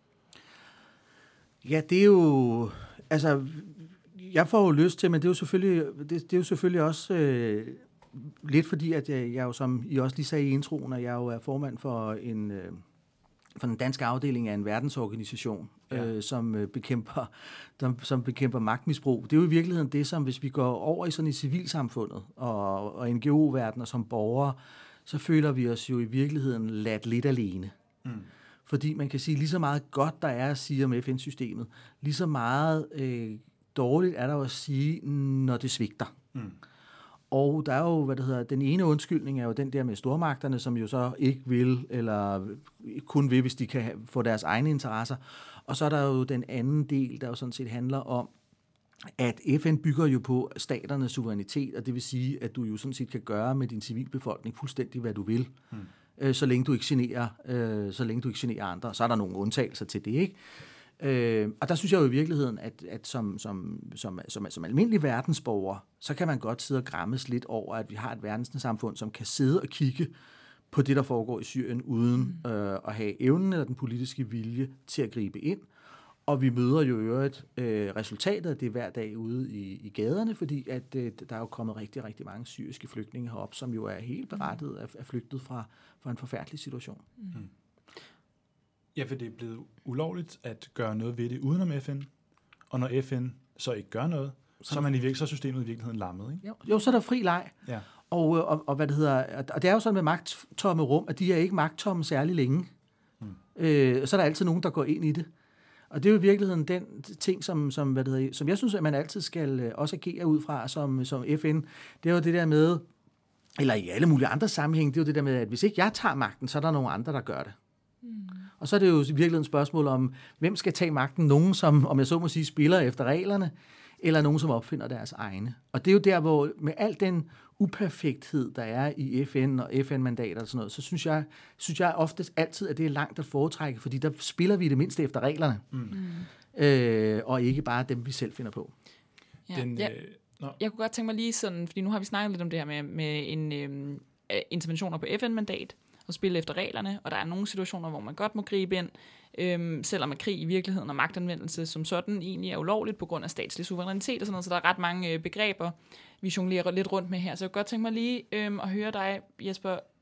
S4: Ja, det er jo, altså, jeg får jo lyst til, men det er jo selvfølgelig, det, det er jo selvfølgelig også øh, lidt fordi, at jeg, jeg jo, som I også lige sagde i introen, at jeg jo er formand for en øh, for den danske afdeling af en verdensorganisation, ja. øh, som, øh, bekæmper, der, som bekæmper magtmisbrug. Det er jo i virkeligheden det, som hvis vi går over i sådan i civilsamfundet og, og N G O-verdenen som borgere, så føler vi os jo i virkeligheden ladt lidt alene. Mm. Fordi man kan sige, lige så meget godt der er at sige om F N-systemet, lige så meget øh, dårligt er der at sige, når det svigter. Mm. Og der er jo, hvad det hedder, den ene undskyldning er jo den der med stormagterne, som jo så ikke vil, eller kun vil, hvis de kan få deres egne interesser. Og så er der jo den anden del, der jo sådan set handler om, at F N bygger jo på staternes suverænitet, og det vil sige, at du jo sådan set kan gøre med din civilbefolkning fuldstændig, hvad du vil, hmm. øh, så længe du ikke generer, øh, så længe du ikke generer andre. Så er der nogle undtagelser til det, ikke? Øh, og der synes jeg jo i virkeligheden, at, at som, som, som, som, som almindelig verdensborger, så kan man godt sidde og græmmes lidt over, at vi har et verdenssamfund, som kan sidde og kigge på det, der foregår i Syrien, uden mm. øh, at have evnen eller den politiske vilje til at gribe ind. Og vi møder jo i øvrigt øh, resultatet af det hver dag ude i, i gaderne, fordi at, øh, der er jo kommet rigtig, rigtig mange syriske flygtninge herop, som jo er helt berettet af, af flygtet fra, fra en forfærdelig situation. Mm.
S2: Ja, for det er blevet ulovligt at gøre noget ved det udenom F N, og når F N så ikke gør noget, så, så er man i virke, så er systemet i virkeligheden lammet, ikke?
S4: Jo, jo, så er der fri leg. Ja. Og, og, og hvad det hedder, og det er jo sådan med magttomme rum, at de er ikke magttomme særlig længe. Mm. Øh, så er der altid nogen, der går ind i det. Og det er jo i virkeligheden den ting, som, som, hvad det hedder, som jeg synes, at man altid skal også agere ud fra som, som F N. Det er jo det der med, eller i alle mulige andre sammenhæng, det er jo det der med, at hvis ikke jeg tager magten, så er der nogle andre, der gør det. Mm. Og så er det jo i virkeligheden et spørgsmål om, hvem skal tage magten? Nogen, som, om jeg så må sige, spiller efter reglerne, eller nogen, som opfinder deres egne. Og det er jo der, hvor med al den uperfekthed, der er i F N og F N-mandater og sådan noget, så synes jeg, synes jeg oftest altid, at det er langt at foretrække, fordi der spiller vi det mindste efter reglerne, mm. øh, og ikke bare dem, vi selv finder på.
S3: Ja.
S2: Den,
S3: ja.
S2: øh, no.
S3: Jeg kunne godt tænke mig lige sådan, fordi nu har vi snakket lidt om det her med, med en, øh, interventioner på F N-mandat, og spille efter reglerne, og der er nogle situationer, hvor man godt må gribe ind, øhm, selvom at krig i virkeligheden og magtanvendelse som sådan egentlig er ulovligt på grund af statslig suverænitet og sådan noget, så der er ret mange øh, begreber, vi jonglerer lidt rundt med her. Så jeg kunne godt tænke mig lige øhm, at høre dig, Jesper,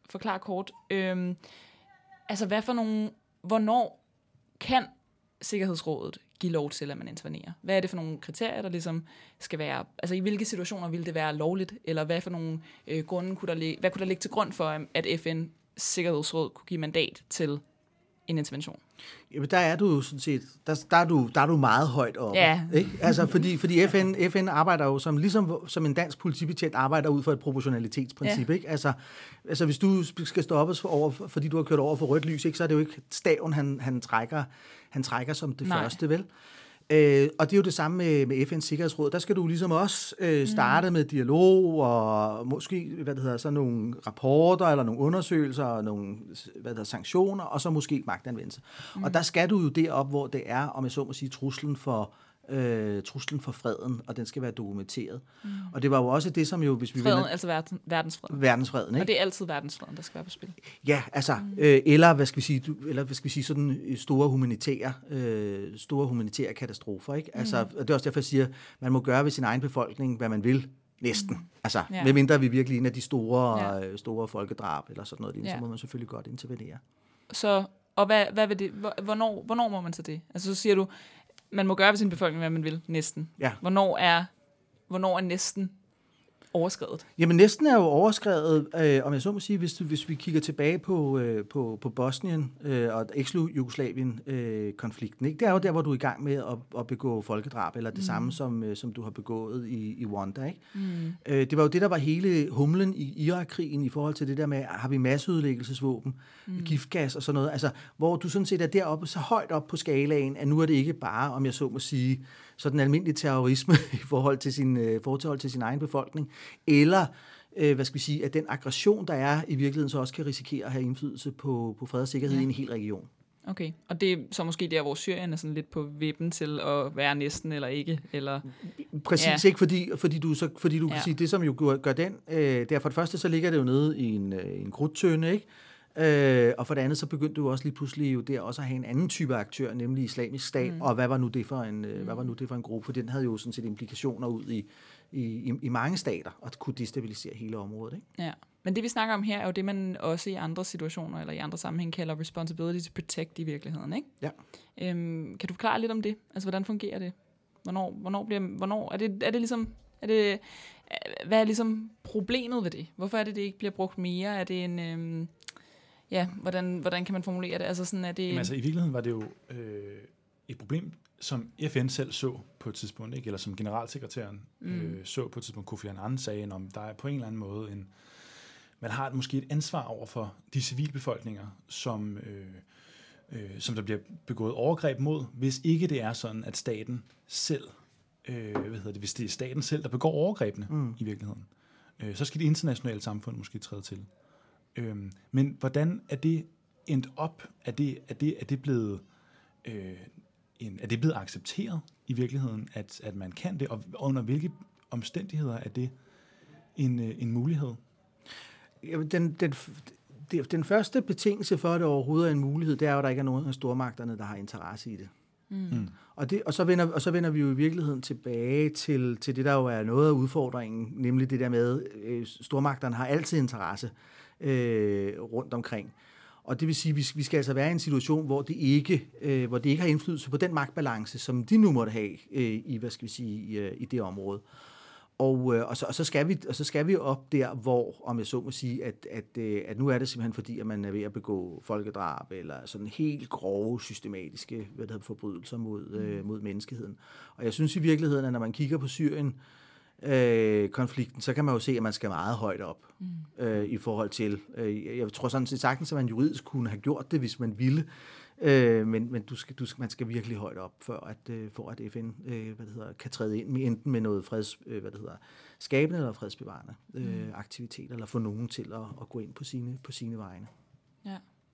S3: forklare kort. Øhm, altså, hvad for nogle... Hvornår kan Sikkerhedsrådet give lov til, at man intervenerer? Hvad er det for nogle kriterier, der ligesom skal være... Altså, i hvilke situationer ville det være lovligt? Eller hvad for nogle øh, grunde kunne der ligge... Hvad kunne der ligge til grund for, at F N Sikkerhedsråd kunne give mandat til en intervention?
S4: Jamen, der er du jo sådan set, der, der, er, du, der er du meget højt oppe.
S3: Ja.
S4: Ikke? Altså, fordi, fordi F N, F N arbejder jo som, ligesom som en dansk politibetjent arbejder ud for et proportionalitetsprincip.
S3: Ja.
S4: Ikke? Altså, altså, hvis du skal stoppes over, fordi du har kørt over for rødt lys, ikke, så er det jo ikke staven, han, han, trækker, han trækker som det
S3: Nej.
S4: første, vel? Øh, og det er jo det samme med, med F N's Sikkerhedsråd. Der skal du ligesom også øh, starte mm. med dialog og måske hvad det hedder, så nogle rapporter eller nogle undersøgelser og nogle hvad det hedder, sanktioner, og så måske magtanvendelse. Mm. Og der skal du jo derop, hvor det er, om jeg så må sige, truslen for, øh, truslen for freden, og den skal være dokumenteret. Mm. Og det var jo også det, som jo... Hvis vi
S3: Freden,
S4: vender,
S3: altså verden, verdensfreden.
S4: verdensfreden, ikke?
S3: Og det er altid verdensfreden, der skal være på spil.
S4: Ja, altså, mm. øh, eller hvad skal vi sige, du, eller hvad skal vi sige, sådan store humanitære, øh, store humanitære katastrofer, ikke? Altså, mm. og det er også derfor, jeg siger, man må gøre ved sin egen befolkning, hvad man vil, næsten. Mm. Altså,
S3: ja.
S4: medmindre vi virkelig en af de store,
S3: Ja.
S4: øh, store folkedrab, eller sådan noget,
S3: Ja.
S4: så må man selvfølgelig godt intervenere.
S3: Så, og hvad, hvad vil det, hvornår, hvornår må man så det? Altså, så siger du, man må gøre ved sin befolkning, hvad man vil, næsten.
S4: Ja.
S3: Hvornår er, hvornår er næsten overskredet?
S4: Jamen næsten er jo overskrevet, øh, om jeg så må sige, hvis, hvis vi kigger tilbage på, øh, på, på Bosnien øh, og eks-Jugoslavien-konflikten. Øh, det er jo der, hvor du er i gang med at, at begå folkedrab, eller det mm. samme, som, øh, som du har begået i, i Rwanda. Ikke? Mm. Øh, det var jo det, der var hele humlen i Irak-krigen i forhold til det der med, har vi masseødelæggelsesvåben, mm. giftgas og sådan noget. Altså, hvor du sådan set er deroppe så højt op på skalaen, at nu er det ikke bare, om jeg så må sige, sådan almindelig terrorisme i forhold til sin, øh, forhold til sin egen befolkning, eller øh, hvad skal vi sige, at den aggression, der er i virkeligheden, så også kan risikere at have indflydelse på, på fred og sikkerhed ja. i en hel region.
S3: Okay, og det er så måske der, hvor Syrien er sådan lidt på vippen til at være næsten eller ikke, eller...
S4: Præcis, ja. ikke? Fordi, fordi du, så, fordi du ja. kan sige, det som jo gør, gør den, øh, der for det første, så ligger det jo nede i en, øh, en krudtønde, ikke? Øh, og for det andet, så begyndte du også lige pludselig jo der også at have en anden type aktør, nemlig Islamisk Stat, mm. og hvad var nu det for en, øh, hvad var nu det for en gruppe? For den havde jo sådan set implikationer ud i, i, i mange stater, og kunne destabilisere hele området, ikke?
S3: Ja, men det vi snakker om her, er jo det, man også i andre situationer, eller i andre sammenhæng, kalder responsibility to protect i virkeligheden, ikke?
S4: Ja.
S3: Øhm, kan du forklare lidt om det? Altså, hvordan fungerer det? Hvornår, hvornår bliver, hvornår, er det, er det ligesom, er det, hvad er ligesom problemet ved det? Hvorfor er det, det ikke bliver brugt mere? Er det en, øhm, ja, hvordan, hvordan kan man formulere det? Altså sådan, er det...
S2: Jamen, altså, i virkeligheden var det jo øh, et problem, som F N selv så på et tidspunkt, ikke? Eller som generalsekretæren mm. øh, så på et tidspunkt. Kofi Annan sagde, om der er på en eller anden måde en... Man har måske et ansvar over for de civilbefolkninger, som, øh, øh, som der bliver begået overgreb mod, hvis ikke det er sådan, at staten selv, øh, hvad hedder det, hvis det er staten selv, der begår overgrebene mm. i virkeligheden, øh, så skal det internationale samfund måske træde til. Øh, men hvordan er det endt op? Er det, er det, er det blevet... Øh, en, er det blevet accepteret i virkeligheden, at, at man kan det, og under hvilke omstændigheder er det en, en mulighed?
S4: Den, den, den første betingelse for, at det overhovedet er en mulighed, det er jo, at der ikke er nogen af stormagterne, der har interesse i det. Mm. Og, det og, så vender, og så vender vi jo i virkeligheden tilbage til, til det, der jo er noget af udfordringen, nemlig det der med, at stormagterne har altid interesse øh, rundt omkring. Og det vil sige, at vi skal altså være i en situation, hvor det ikke, øh, hvor det ikke har indflydelse på den magtbalance, som de nu måtte have øh, i, hvad skal vi sige, i, i det område. Og, øh, og, så, og, så skal vi, og så skal vi op der, hvor, om jeg så må sige, at, at, at nu er det simpelthen fordi, at man er ved at begå folkedrab, eller sådan helt grove, systematiske hvad det hedder, forbrydelser mod, øh, mod menneskeheden. Og jeg synes i virkeligheden, at når man kigger på Syrien, Øh, konflikten, så kan man jo se, at man skal meget højt op mm. øh, i forhold til, øh, jeg tror sådan set sagtens, at man juridisk kunne have gjort det, hvis man ville, øh, men, men du skal, du skal, man skal virkelig højt op, for at, øh, for at F N øh, hvad det hedder, kan træde ind med enten med noget freds, øh, hvad det hedder, skabende eller fredsbevarende øh, mm. aktivitet, eller få nogen til at, at gå ind på sine, på sine vegne.
S3: Ja.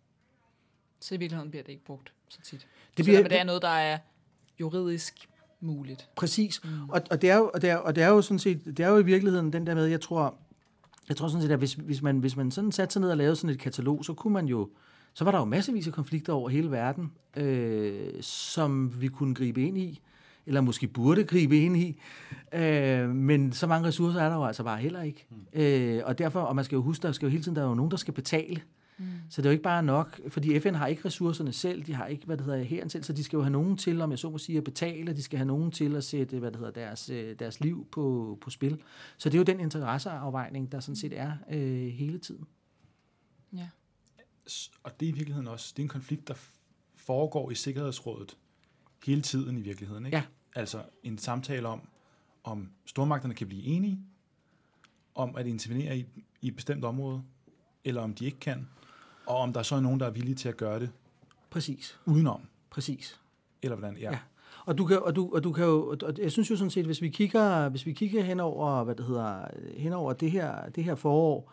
S3: Så i virkeligheden bliver det ikke brugt så tit.
S4: Det,
S3: så
S4: bliver,
S3: det er noget, der er juridisk muligt.
S4: Præcis. Mm. Og, og, det er jo, og, det er, og det er jo sådan set, det er jo i virkeligheden den der med, jeg tror, jeg tror sådan set, at hvis, hvis, man, hvis man sådan satte sig ned og lavede sådan et katalog, så kunne man jo, så var der jo massevis af konflikter over hele verden, øh, som vi kunne gribe ind i, eller måske burde gribe ind i. Øh, men så mange ressourcer er der jo altså bare heller ikke. Mm. Øh, og derfor, og man skal jo huske, der skal jo hele tiden, der er jo nogen, der skal betale. Mm. Så det er jo ikke bare nok, fordi F N har ikke ressourcerne selv, de har ikke, hvad det hedder, hæren selv, så de skal jo have nogen til, om jeg så må sige, at betale, de skal have nogen til at sætte, hvad det hedder, deres, deres liv på, på spil. Så det er jo den interesseafvejning, der sådan set er øh, hele tiden.
S3: Ja.
S2: Og det er i virkeligheden også, det er en konflikt, der foregår i Sikkerhedsrådet hele tiden i virkeligheden, ikke?
S4: Ja.
S2: Altså en samtale om, om stormagterne kan blive enige, om at intervenere i, i et bestemt område, eller om de ikke kan, og om der så er nogen, der er villige til at gøre det.
S4: Præcis.
S2: Udenom.
S4: Præcis.
S2: Eller hvordan, ja.
S4: ja. Og du kan, og du, og du kan jo, og jeg synes jo sådan set, hvis vi kigger, hvis vi kigger henover, hvad det hedder, henover det her, det her forår,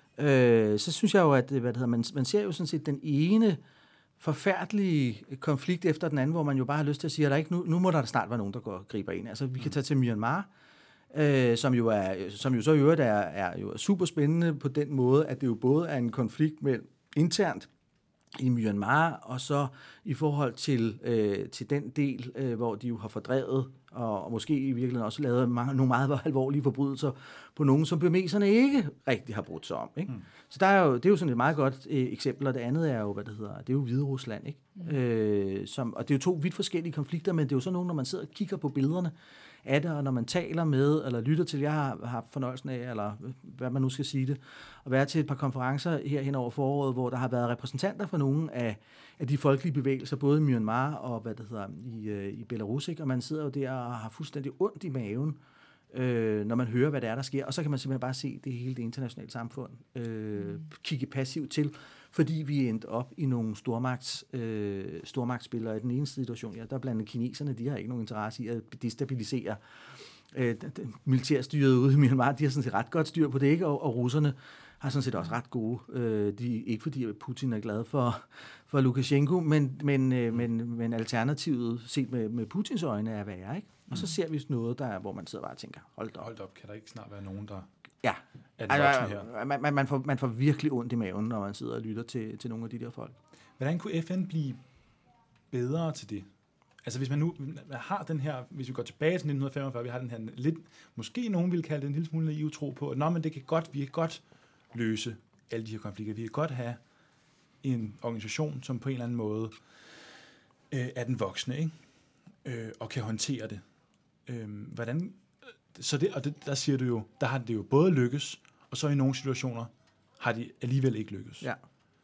S4: øh, så synes jeg jo, at hvad det hedder, man, man ser jo sådan set den ene forfærdelige konflikt efter den anden, hvor man jo bare har lyst til at sige, at der ikke, nu, nu må der snart være nogen, der går og griber ind. Altså, vi kan tage til Myanmar, øh, som, jo er, som jo så i øvrigt er, er jo super spændende på den måde, at det jo både er en konflikt med internt i Myanmar, og så i forhold til, øh, til den del, øh, hvor de jo har fordrevet, og, og måske i virkeligheden også lavet mange, nogle meget alvorlige forbrydelser på nogen, som burmeserne ikke rigtig har brudt sig om. Ikke? Mm. Så der er jo, det er jo sådan et meget godt øh, eksempel, og det andet er jo, hvad det hedder, det er jo Hviderusland, ikke? Mm. Øh, som, og det er jo to vidt forskellige konflikter, men det er jo sådan nogle, når man sidder og kigger på billederne af det, og når man taler med, eller lytter til, jeg har haft fornøjelsen af, eller hvad man nu skal sige det, at være til et par konferencer her hen over foråret, hvor der har været repræsentanter for nogle af, af de folkelige bevægelser, både i Myanmar og hvad det hedder, i, i Belarus, ikke? Og man sidder jo der og har fuldstændig ondt i maven, øh, når man hører, hvad det er, der sker, og så kan man simpelthen bare se det hele det internationale samfund øh, mm. kigge passivt til, fordi vi er endt op i nogle stormagts, øh, stormagtsspillere. I den ene situation, ja, der er blandt kineserne, de har ikke nogen interesse i at destabilisere øh, militærstyret ude i Myanmar. De har sådan set ret godt styr på det, ikke? Og, og russerne har sådan set også ret gode. Øh, de, ikke fordi Putin er glad for, for Lukashenko, men, men, øh, men, men alternativet set med, med Putins øjne er værre, ikke? Og så ser vi noget, der, hvor man sidder bare og tænker, hold da op.
S2: Hold op, kan der ikke snart være nogen, der
S4: ja.
S2: er den voksne her?
S4: Man, man, man, får, man får virkelig ondt i maven, når man sidder og lytter til, til nogle af de der folk.
S2: Hvordan kunne F N blive bedre til det? Altså hvis man nu har den her, hvis vi går tilbage til nitten femogfyrre, vi har den her lidt, måske nogen ville kalde det en lille smule naiv tro på, at nå, men det kan godt, vi kan godt løse alle de her konflikter. Vi kan godt have en organisation, som på en eller anden måde øh, er den voksne, ikke? Øh, og kan håndtere det. Øh, hvordan, så det, og det, der siger du jo, der har det jo både lykkes, og så i nogle situationer har de alligevel ikke lykkes.
S4: Ja.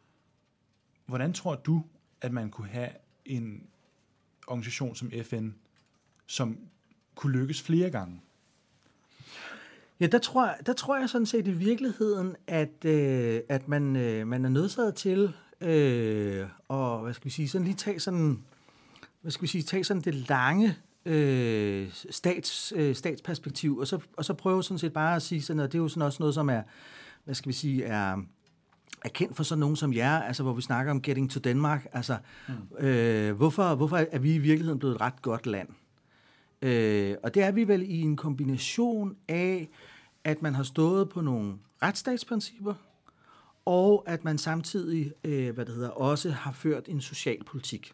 S2: Hvordan tror du, at man kunne have en organisation som F N, som kunne lykkes flere gange?
S4: Ja, der tror, jeg, der tror jeg sådan set i virkeligheden, at, øh, at man, øh, man er nødsaget til øh, og hvad skal vi sige, sådan lige tage sådan, hvad skal vi sige, tage sådan det lange øh, stats, øh, statsperspektiv, og så, og så prøve sådan set bare at sige sådan, og det er jo sådan også noget, som er, hvad skal vi sige, er, er kendt for sådan nogen som jer, altså hvor vi snakker om getting to Denmark, altså mm. øh, hvorfor, hvorfor er vi i virkeligheden blevet et ret godt land? Øh, og det er vi vel i en kombination af, at man har stået på nogle retsstatsprincipper, og at man samtidig øh, hvad det hedder, også har ført en socialpolitik.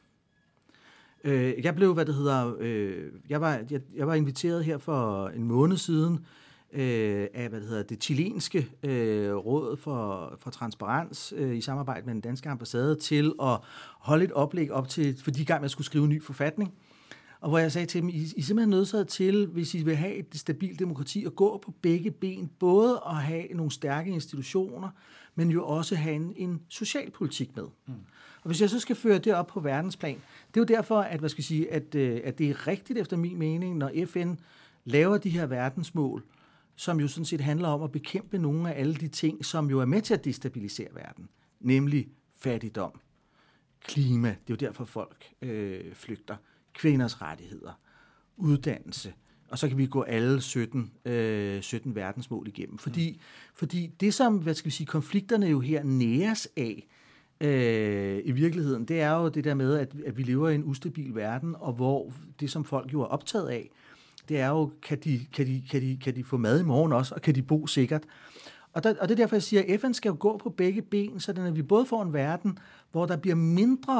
S4: Øh, jeg blev, hvad det hedder, øh, jeg, var, jeg, jeg var inviteret her for en måned siden øh, af, hvad det hedder, det chilenske øh, råd for, for transparens øh, i samarbejde med den danske ambassade til at holde et oplæg op til, for de gang, jeg skulle skrive en ny forfatning. Og hvor jeg sagde til dem, I, I er simpelthen nødsaget til, hvis I vil have et stabilt demokrati, at gå på begge ben, både at have nogle stærke institutioner, men jo også have en, en socialpolitik med. Mm. Og hvis jeg så skal føre det op på verdensplan, det er jo derfor, at, hvad skal jeg sige, at, at det er rigtigt efter min mening, når F N laver de her verdensmål, som jo sådan set handler om at bekæmpe nogle af alle de ting, som jo er med til at destabilisere verden, nemlig fattigdom, klima, det er jo derfor folk øh, flygter, kvinders rettigheder, uddannelse, og så kan vi gå alle sytten, øh, sytten verdensmål igennem. Fordi, mm. fordi det, som hvad skal vi sige, konflikterne jo her næres af, øh, i virkeligheden, det er jo det der med, at, at vi lever i en ustabil verden, og hvor det, som folk jo er optaget af, det er jo, kan de, kan de, kan de, kan de få mad i morgen også, og kan de bo sikkert? Og, der, og det er derfor, jeg siger, at F N skal jo gå på begge ben, så at vi både får en verden, hvor der bliver mindre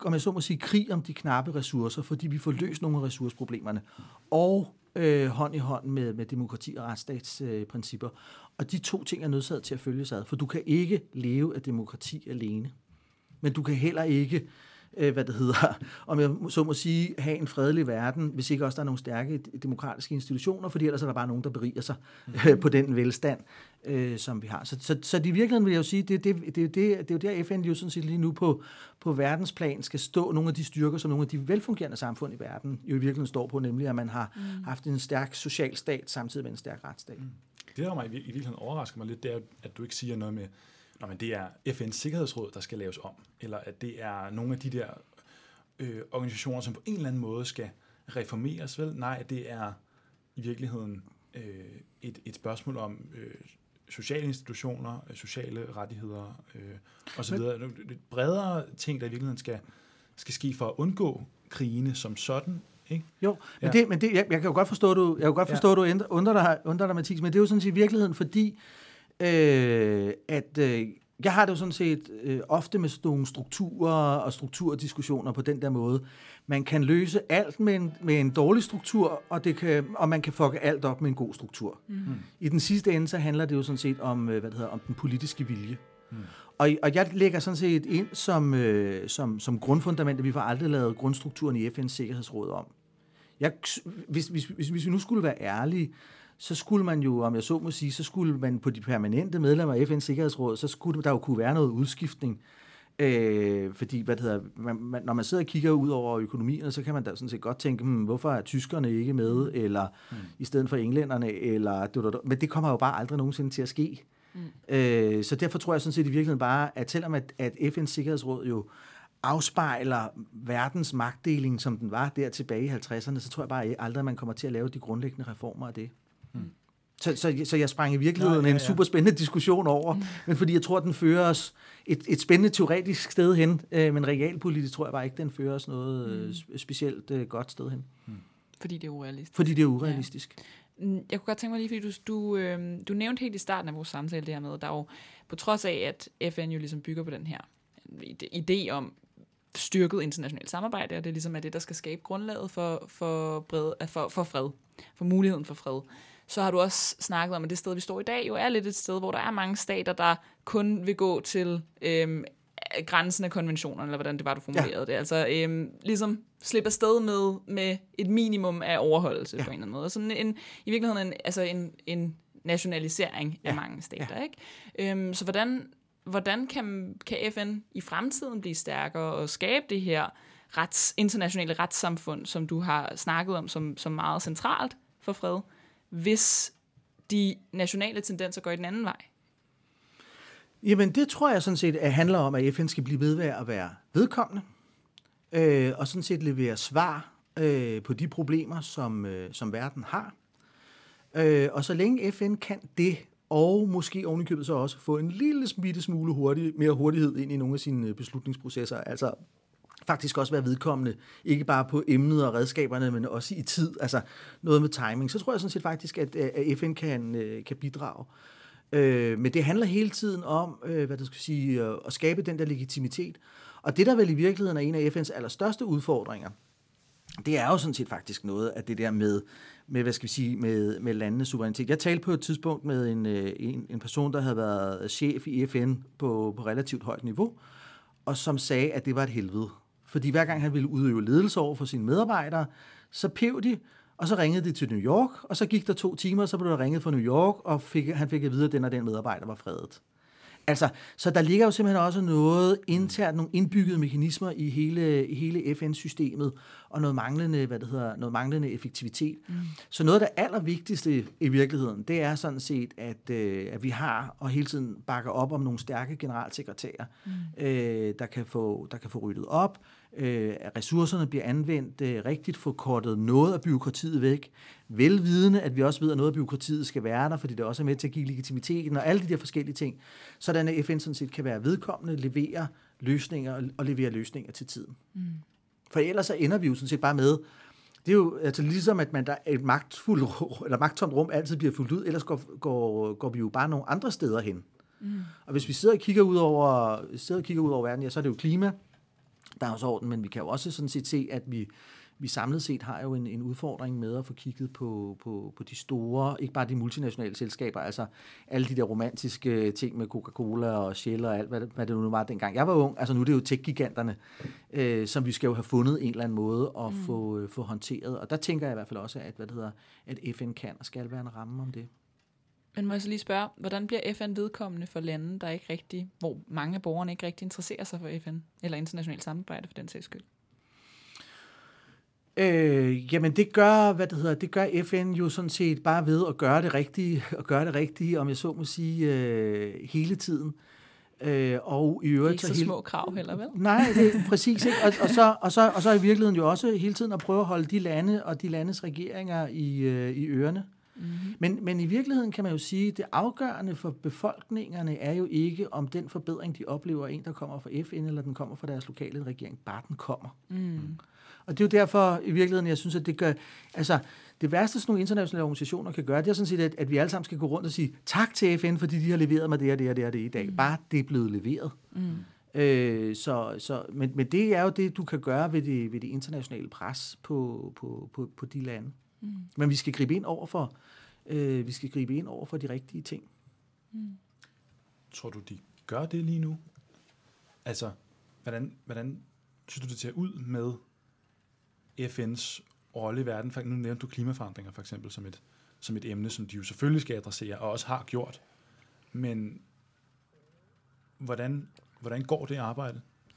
S4: om jeg så må sige, krig om de knappe ressourcer, fordi vi får løst nogle af ressourceproblemerne, og øh, hånd i hånd med, med demokrati og retsstatsprincipper. Øh, og de to ting er nødsaget til at følges ad, for du kan ikke leve af demokrati alene. Men du kan heller ikke, øh, hvad det hedder, om jeg så må sige, have en fredelig verden, hvis ikke også der er nogle stærke demokratiske institutioner, fordi ellers er der bare nogen, der beriger sig øh, på den velstand, øh, som vi har. Så, så, så i virkeligheden vil jeg jo sige, det, det, det, det, det er jo der, F N jo sådan set lige nu på, på verdensplan skal stå nogle af de styrker, som nogle af de velfungerende samfund i verden jo i virkeligheden står på, nemlig at man har mm. haft en stærk social stat samtidig med en stærk retsstat. Mm.
S2: Det, der mig i virkeligheden overrasker mig lidt, det er, at du ikke siger noget med, Nå, men det er F N's Sikkerhedsråd, der skal laves om, eller at det er nogle af de der øh, organisationer, som på en eller anden måde skal reformeres, vel? Nej, det er i virkeligheden øh, et, et spørgsmål om øh, sociale institutioner, sociale rettigheder øh, osv. Et bredere ting, der i virkeligheden skal, skal ske for at undgå krigene som sådan. Ikke?
S4: Jo, men, ja. det, men det, jeg, jeg kan jo godt forstå, du, jeg kan godt forstå, ja. du undrer dig, undrer dig, Mathias, men det er jo sådan set i virkeligheden, fordi øh, at øh, jeg har det jo sådan set øh, ofte med sådan nogle strukturer og strukturdiskussioner på den der måde. Man kan løse alt med en, med en dårlig struktur, og, det kan, og man kan fucke alt op med en god struktur. Mm. I den sidste ende, så handler det jo sådan set om, hvad det hedder, om den politiske vilje. Mm. Og, og jeg lægger sådan set ind som, øh, som, som grundfundament, at vi får aldrig lavet grundstrukturen i F N's Sikkerhedsråd om. Jeg, hvis, hvis, hvis, hvis vi nu skulle være ærlige, så skulle man jo, om jeg så må sige, så skulle man på de permanente medlemmer af F N's Sikkerhedsråd, så skulle der jo kunne være noget udskiftning. Øh, fordi, hvad det hedder, man, man, når man sidder og kigger ud over økonomien, så kan man da sådan set godt tænke, hmm, hvorfor er tyskerne ikke med, eller mm. i stedet for englænderne, eller, men det kommer jo bare aldrig nogensinde til at ske. Mm. Øh, så derfor tror jeg sådan set i virkeligheden bare, at selvom at, at F N's Sikkerhedsråd jo afspejler verdens magtdeling, som den var der tilbage i halvtredserne, så tror jeg bare aldrig, at man kommer til at lave de grundlæggende reformer af det. Mm. Så, så, så jeg sprang i virkeligheden Nå, ja, ja. en super spændende diskussion over, mm. men fordi jeg tror, at den fører os et, et spændende teoretisk sted hen, øh, men realpolitisk tror jeg bare ikke, den fører os noget mm. specielt øh, godt sted hen. Mm.
S3: Fordi det er urealistisk.
S4: Fordi det er urealistisk.
S3: Ja. Jeg kunne godt tænke mig lige, fordi du, du, øh, du nævnte helt i starten af vores samtale det her med, der er jo, på trods af, at F N jo ligesom bygger på den her idé om styrket internationalt samarbejde, og det ligesom er det, der skal skabe grundlaget for, for, bred, for, for fred, for muligheden for fred. Så har du også snakket om, at det sted, vi står i dag, jo er lidt et sted, hvor der er mange stater, der kun vil gå til øhm, grænsen af konventionerne, eller hvordan det var, du formulerede ja. det. Altså øhm, ligesom slippe afsted med, med et minimum af overholdelse ja. på en eller anden måde. Sådan en, i virkeligheden en, altså en, en nationalisering ja. af mange stater. Ja. Ikke? Øhm, så hvordan... Hvordan kan, kan F N i fremtiden blive stærkere og skabe det her rets, internationale retssamfund, som du har snakket om som, som meget centralt for fred, hvis de nationale tendenser går i den anden vej?
S4: Jamen det tror jeg sådan set at handler om, at F N skal blive ved med at være vedkommende, øh, og sådan set levere svar øh, på de problemer, som, øh, som verden har. Øh, og så længe F N kan det, og måske ovenikøbet så også få en lille bitte smule hurtig, mere hurtighed ind i nogle af sine beslutningsprocesser. Altså faktisk også være vedkommende, ikke bare på emnet og redskaberne, men også i tid. Altså noget med timing. Så tror jeg sådan set faktisk, at, at F N kan, kan bidrage. Men det handler hele tiden om, hvad det skal sige, at skabe den der legitimitet. Og det, der vel i virkeligheden er en af F N's allerstørste udfordringer, det er jo sådan set faktisk noget af det der med, med hvad skal vi sige, med, med landenes suverænitet. Jeg talte på et tidspunkt med en, en, en person, der havde været chef i F N på, på relativt højt niveau, og som sagde, at det var et helvede. Fordi hver gang han ville udøve ledelse over for sine medarbejdere, så pev de, og så ringede de til New York, og så gik der to timer, så blev der ringet fra New York, og fik, han fik at vide, at den og den medarbejder var fredet. Altså, så der ligger jo simpelthen også noget internt, nogle indbyggede mekanismer i hele, i hele F N-systemet, og noget manglende, hvad det hedder, noget manglende effektivitet. Mm. Så noget af det allervigtigste i virkeligheden, det er sådan set, at, øh, at vi har og hele tiden bakker op om nogle stærke generalsekretærer, mm. øh, der, kan få, der kan få ryddet op, øh, at ressourcerne bliver anvendt øh, rigtigt, få kortet noget af byråkratiet væk, velvidende, at vi også ved, at noget af byråkratiet skal være der, fordi det også er med til at give legitimiteten og alle de der forskellige ting, sådan at F N sådan set kan være vedkommende, levere løsninger og levere løsninger til tiden. Mm. For ellers så ender vi jo sådan set bare med, det er jo altså ligesom, at man der et magtfuldt eller magttomt rum altid bliver fuldt ud, ellers går, går, går vi jo bare nogle andre steder hen. Mm. Og hvis vi sidder og kigger ud over, sidder og kigger ud over verden, ja, så er det jo klima, dagsorden, men vi kan jo også sådan set se, at vi, vi samlet set har jo en, en udfordring med at få kigget på, på, på de store, ikke bare de multinationale selskaber, altså alle de der romantiske ting med Coca-Cola og Shell og alt, hvad det, hvad det nu var dengang. Jeg var ung, altså nu er det jo tech-giganterne, øh, som vi skal jo have fundet en eller anden måde at mm. få, øh, få håndteret, og der tænker jeg i hvert fald også, at, hvad det hedder, at F N kan og skal være en ramme om det.
S3: Men må jeg så lige spørge, hvordan bliver F N vedkommende for lande, der ikke rigtig, hvor mange af borgerne ikke rigtig interesserer sig for F N, eller internationalt samarbejde for den sags skyld?
S4: Øh, jamen det gør, hvad det hedder, det gør F N jo sådan set bare ved at gøre det rigtige, og gøre det rigtige, om jeg så må sige, øh, hele tiden. Øh, og i øvrigt,
S3: det er ikke så
S4: hele...
S3: små krav heller, vel?
S4: Nej, det er præcis ikke. Og, og, så, og, så, og så i virkeligheden jo også hele tiden at prøve at holde de lande og de landes regeringer i, øh, i ørerne. Mm-hmm. Men, men i virkeligheden kan man jo sige, at det afgørende for befolkningerne er jo ikke, om den forbedring, de oplever, en, der kommer fra F N, eller den kommer fra deres lokale regering, bare den kommer. Mm. Og det er jo derfor, i virkeligheden, jeg synes, at det gør... Altså, det værste, sådan nogle internationale organisationer kan gøre, det er sådan set, at, at vi alle sammen skal gå rundt og sige, tak til F N, fordi de har leveret mig det og det og det og det i dag. Mm. Bare det er blevet leveret. Mm. Øh, så, så, men, men det er jo det, du kan gøre ved det, ved det internationale pres på, på, på, på de lande. Mm. Men vi skal gribe ind over for, øh, vi skal gribe ind over for de rigtige ting.
S2: Mm. Tror du, de gør det lige nu? Altså, hvordan, hvordan synes du, det ser ud med F N's rolle i verden? Nu nævnte du klimaforandringer for eksempel som et, som et emne, som de jo selvfølgelig skal adressere, og også har gjort. Men hvordan, hvordan går det arbejde,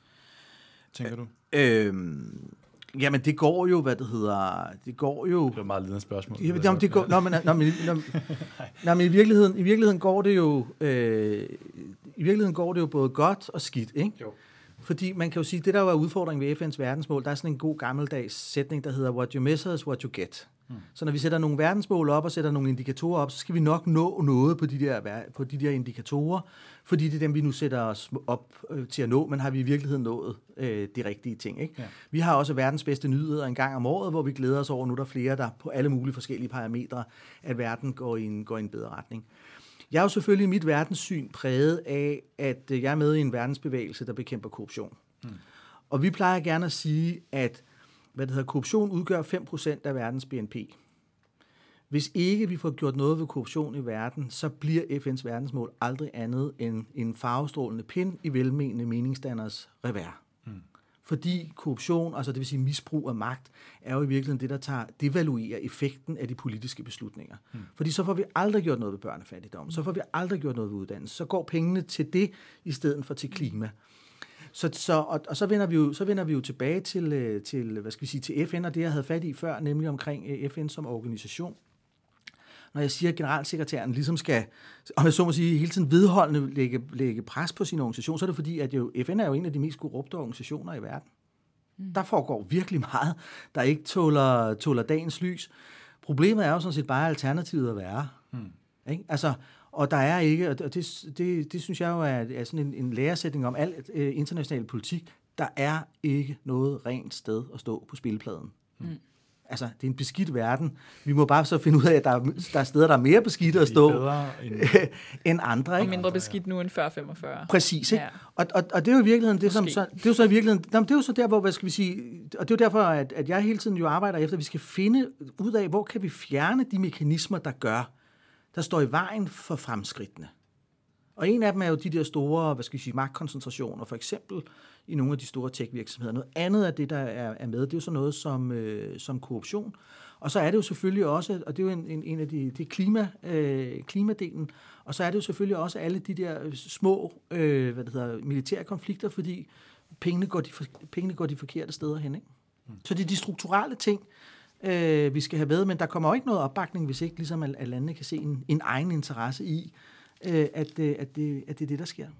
S2: tænker du?
S4: Øhm, jamen, det går jo, hvad det hedder, det går jo...
S2: Det var meget lidende spørgsmål.
S4: Ja, det, det går, nå, men, nå, men, nå, nå, men i, virkeligheden, i virkeligheden går det jo, øh, i virkeligheden går det jo både godt og skidt, ikke? Jo. Fordi man kan jo sige, det der var udfordringen ved F N's verdensmål, der er sådan en god gammeldags sætning, der hedder, what you measure is what you get. Hmm. Så når vi sætter nogle verdensmål op og sætter nogle indikatorer op, så skal vi nok nå noget på de der, på de der indikatorer, fordi det er dem, vi nu sætter os op øh, til at nå, men har vi i virkeligheden nået øh, de rigtige ting. Ikke? Ja. Vi har også verdens bedste nyheder en gang om året, hvor vi glæder os over, nu er der flere, der på alle mulige forskellige parametre, at verden går i en, går i en bedre retning. Jeg er jo selvfølgelig i mit verdenssyn præget af, at jeg er med i en verdensbevægelse, der bekæmper korruption. Hmm. Og vi plejer gerne at sige, at hvad det hedder, korruption udgør fem procent af verdens B N P. Hvis ikke vi får gjort noget ved korruption i verden, så bliver F N's verdensmål aldrig andet end en farvestrålende pind i velmenende meningsdanners revers. Hmm. Fordi korruption, altså det vil sige misbrug af magt, er jo i virkeligheden det, der tager, devaluerer effekten af de politiske beslutninger. Hmm. Fordi så får vi aldrig gjort noget ved børnefattigdom, så får vi aldrig gjort noget ved uddannelse, så går pengene til det, i stedet for til klima. Så, så, og, og så, vender vi jo, så vender vi jo tilbage til, til, hvad skal vi sige, til F N, og det, jeg havde fat i før, nemlig omkring F N som organisation. Når jeg siger, at generalsekretæren ligesom skal, om jeg så må sige, hele tiden vedholdende lægge, lægge pres på sin organisation, så er det fordi, at jo, F N er jo en af de mest korrupte organisationer i verden. Mm. Der foregår virkelig meget, der ikke tåler, tåler dagens lys. Problemet er jo sådan set bare alternativet at være. Mm. Ikke? Altså, og der er ikke, og det, det, det synes jeg jo er, er sådan en, en læresætning om al øh, international politik, der er ikke noget rent sted at stå på spillepladen. Mm. Altså, det er en beskidt verden. Vi må bare så finde ud af, at der er, der er steder, der er mere beskidte at stå end, end andre. Ikke?
S3: Og mindre beskidt nu end før femogfyrre.
S4: Præcis, ikke? Ja. Og, og, og det er jo i virkeligheden det, som så, det er jo så i virkeligheden, det er jo så der, hvor, hvad skal vi sige, og det er jo derfor, at, at jeg hele tiden jo arbejder efter, at vi skal finde ud af, hvor kan vi fjerne de mekanismer, der gør, der står i vejen for fremskridtene. Og en af dem er jo de der store, hvad skal vi sige, magtkoncentrationer, for eksempel i nogle af de store tech-virksomheder. Noget andet af det, der er, er med, det er jo sådan noget som, øh, som korruption. Og så er det jo selvfølgelig også, og det er jo en, en, en af de, det er klima, øh, klimadelen, og så er det jo selvfølgelig også alle de der små øh, hvad det hedder, militære konflikter, fordi pengene går de, pengene går de forkerte steder hen. Ikke? Mm. Så det er de strukturelle ting, øh, vi skal have med, men der kommer jo ikke noget opbakning, hvis ikke ligesom, at, at landene kan se en, en egen interesse i, øh, at, øh, at, det, at det er det, der sker.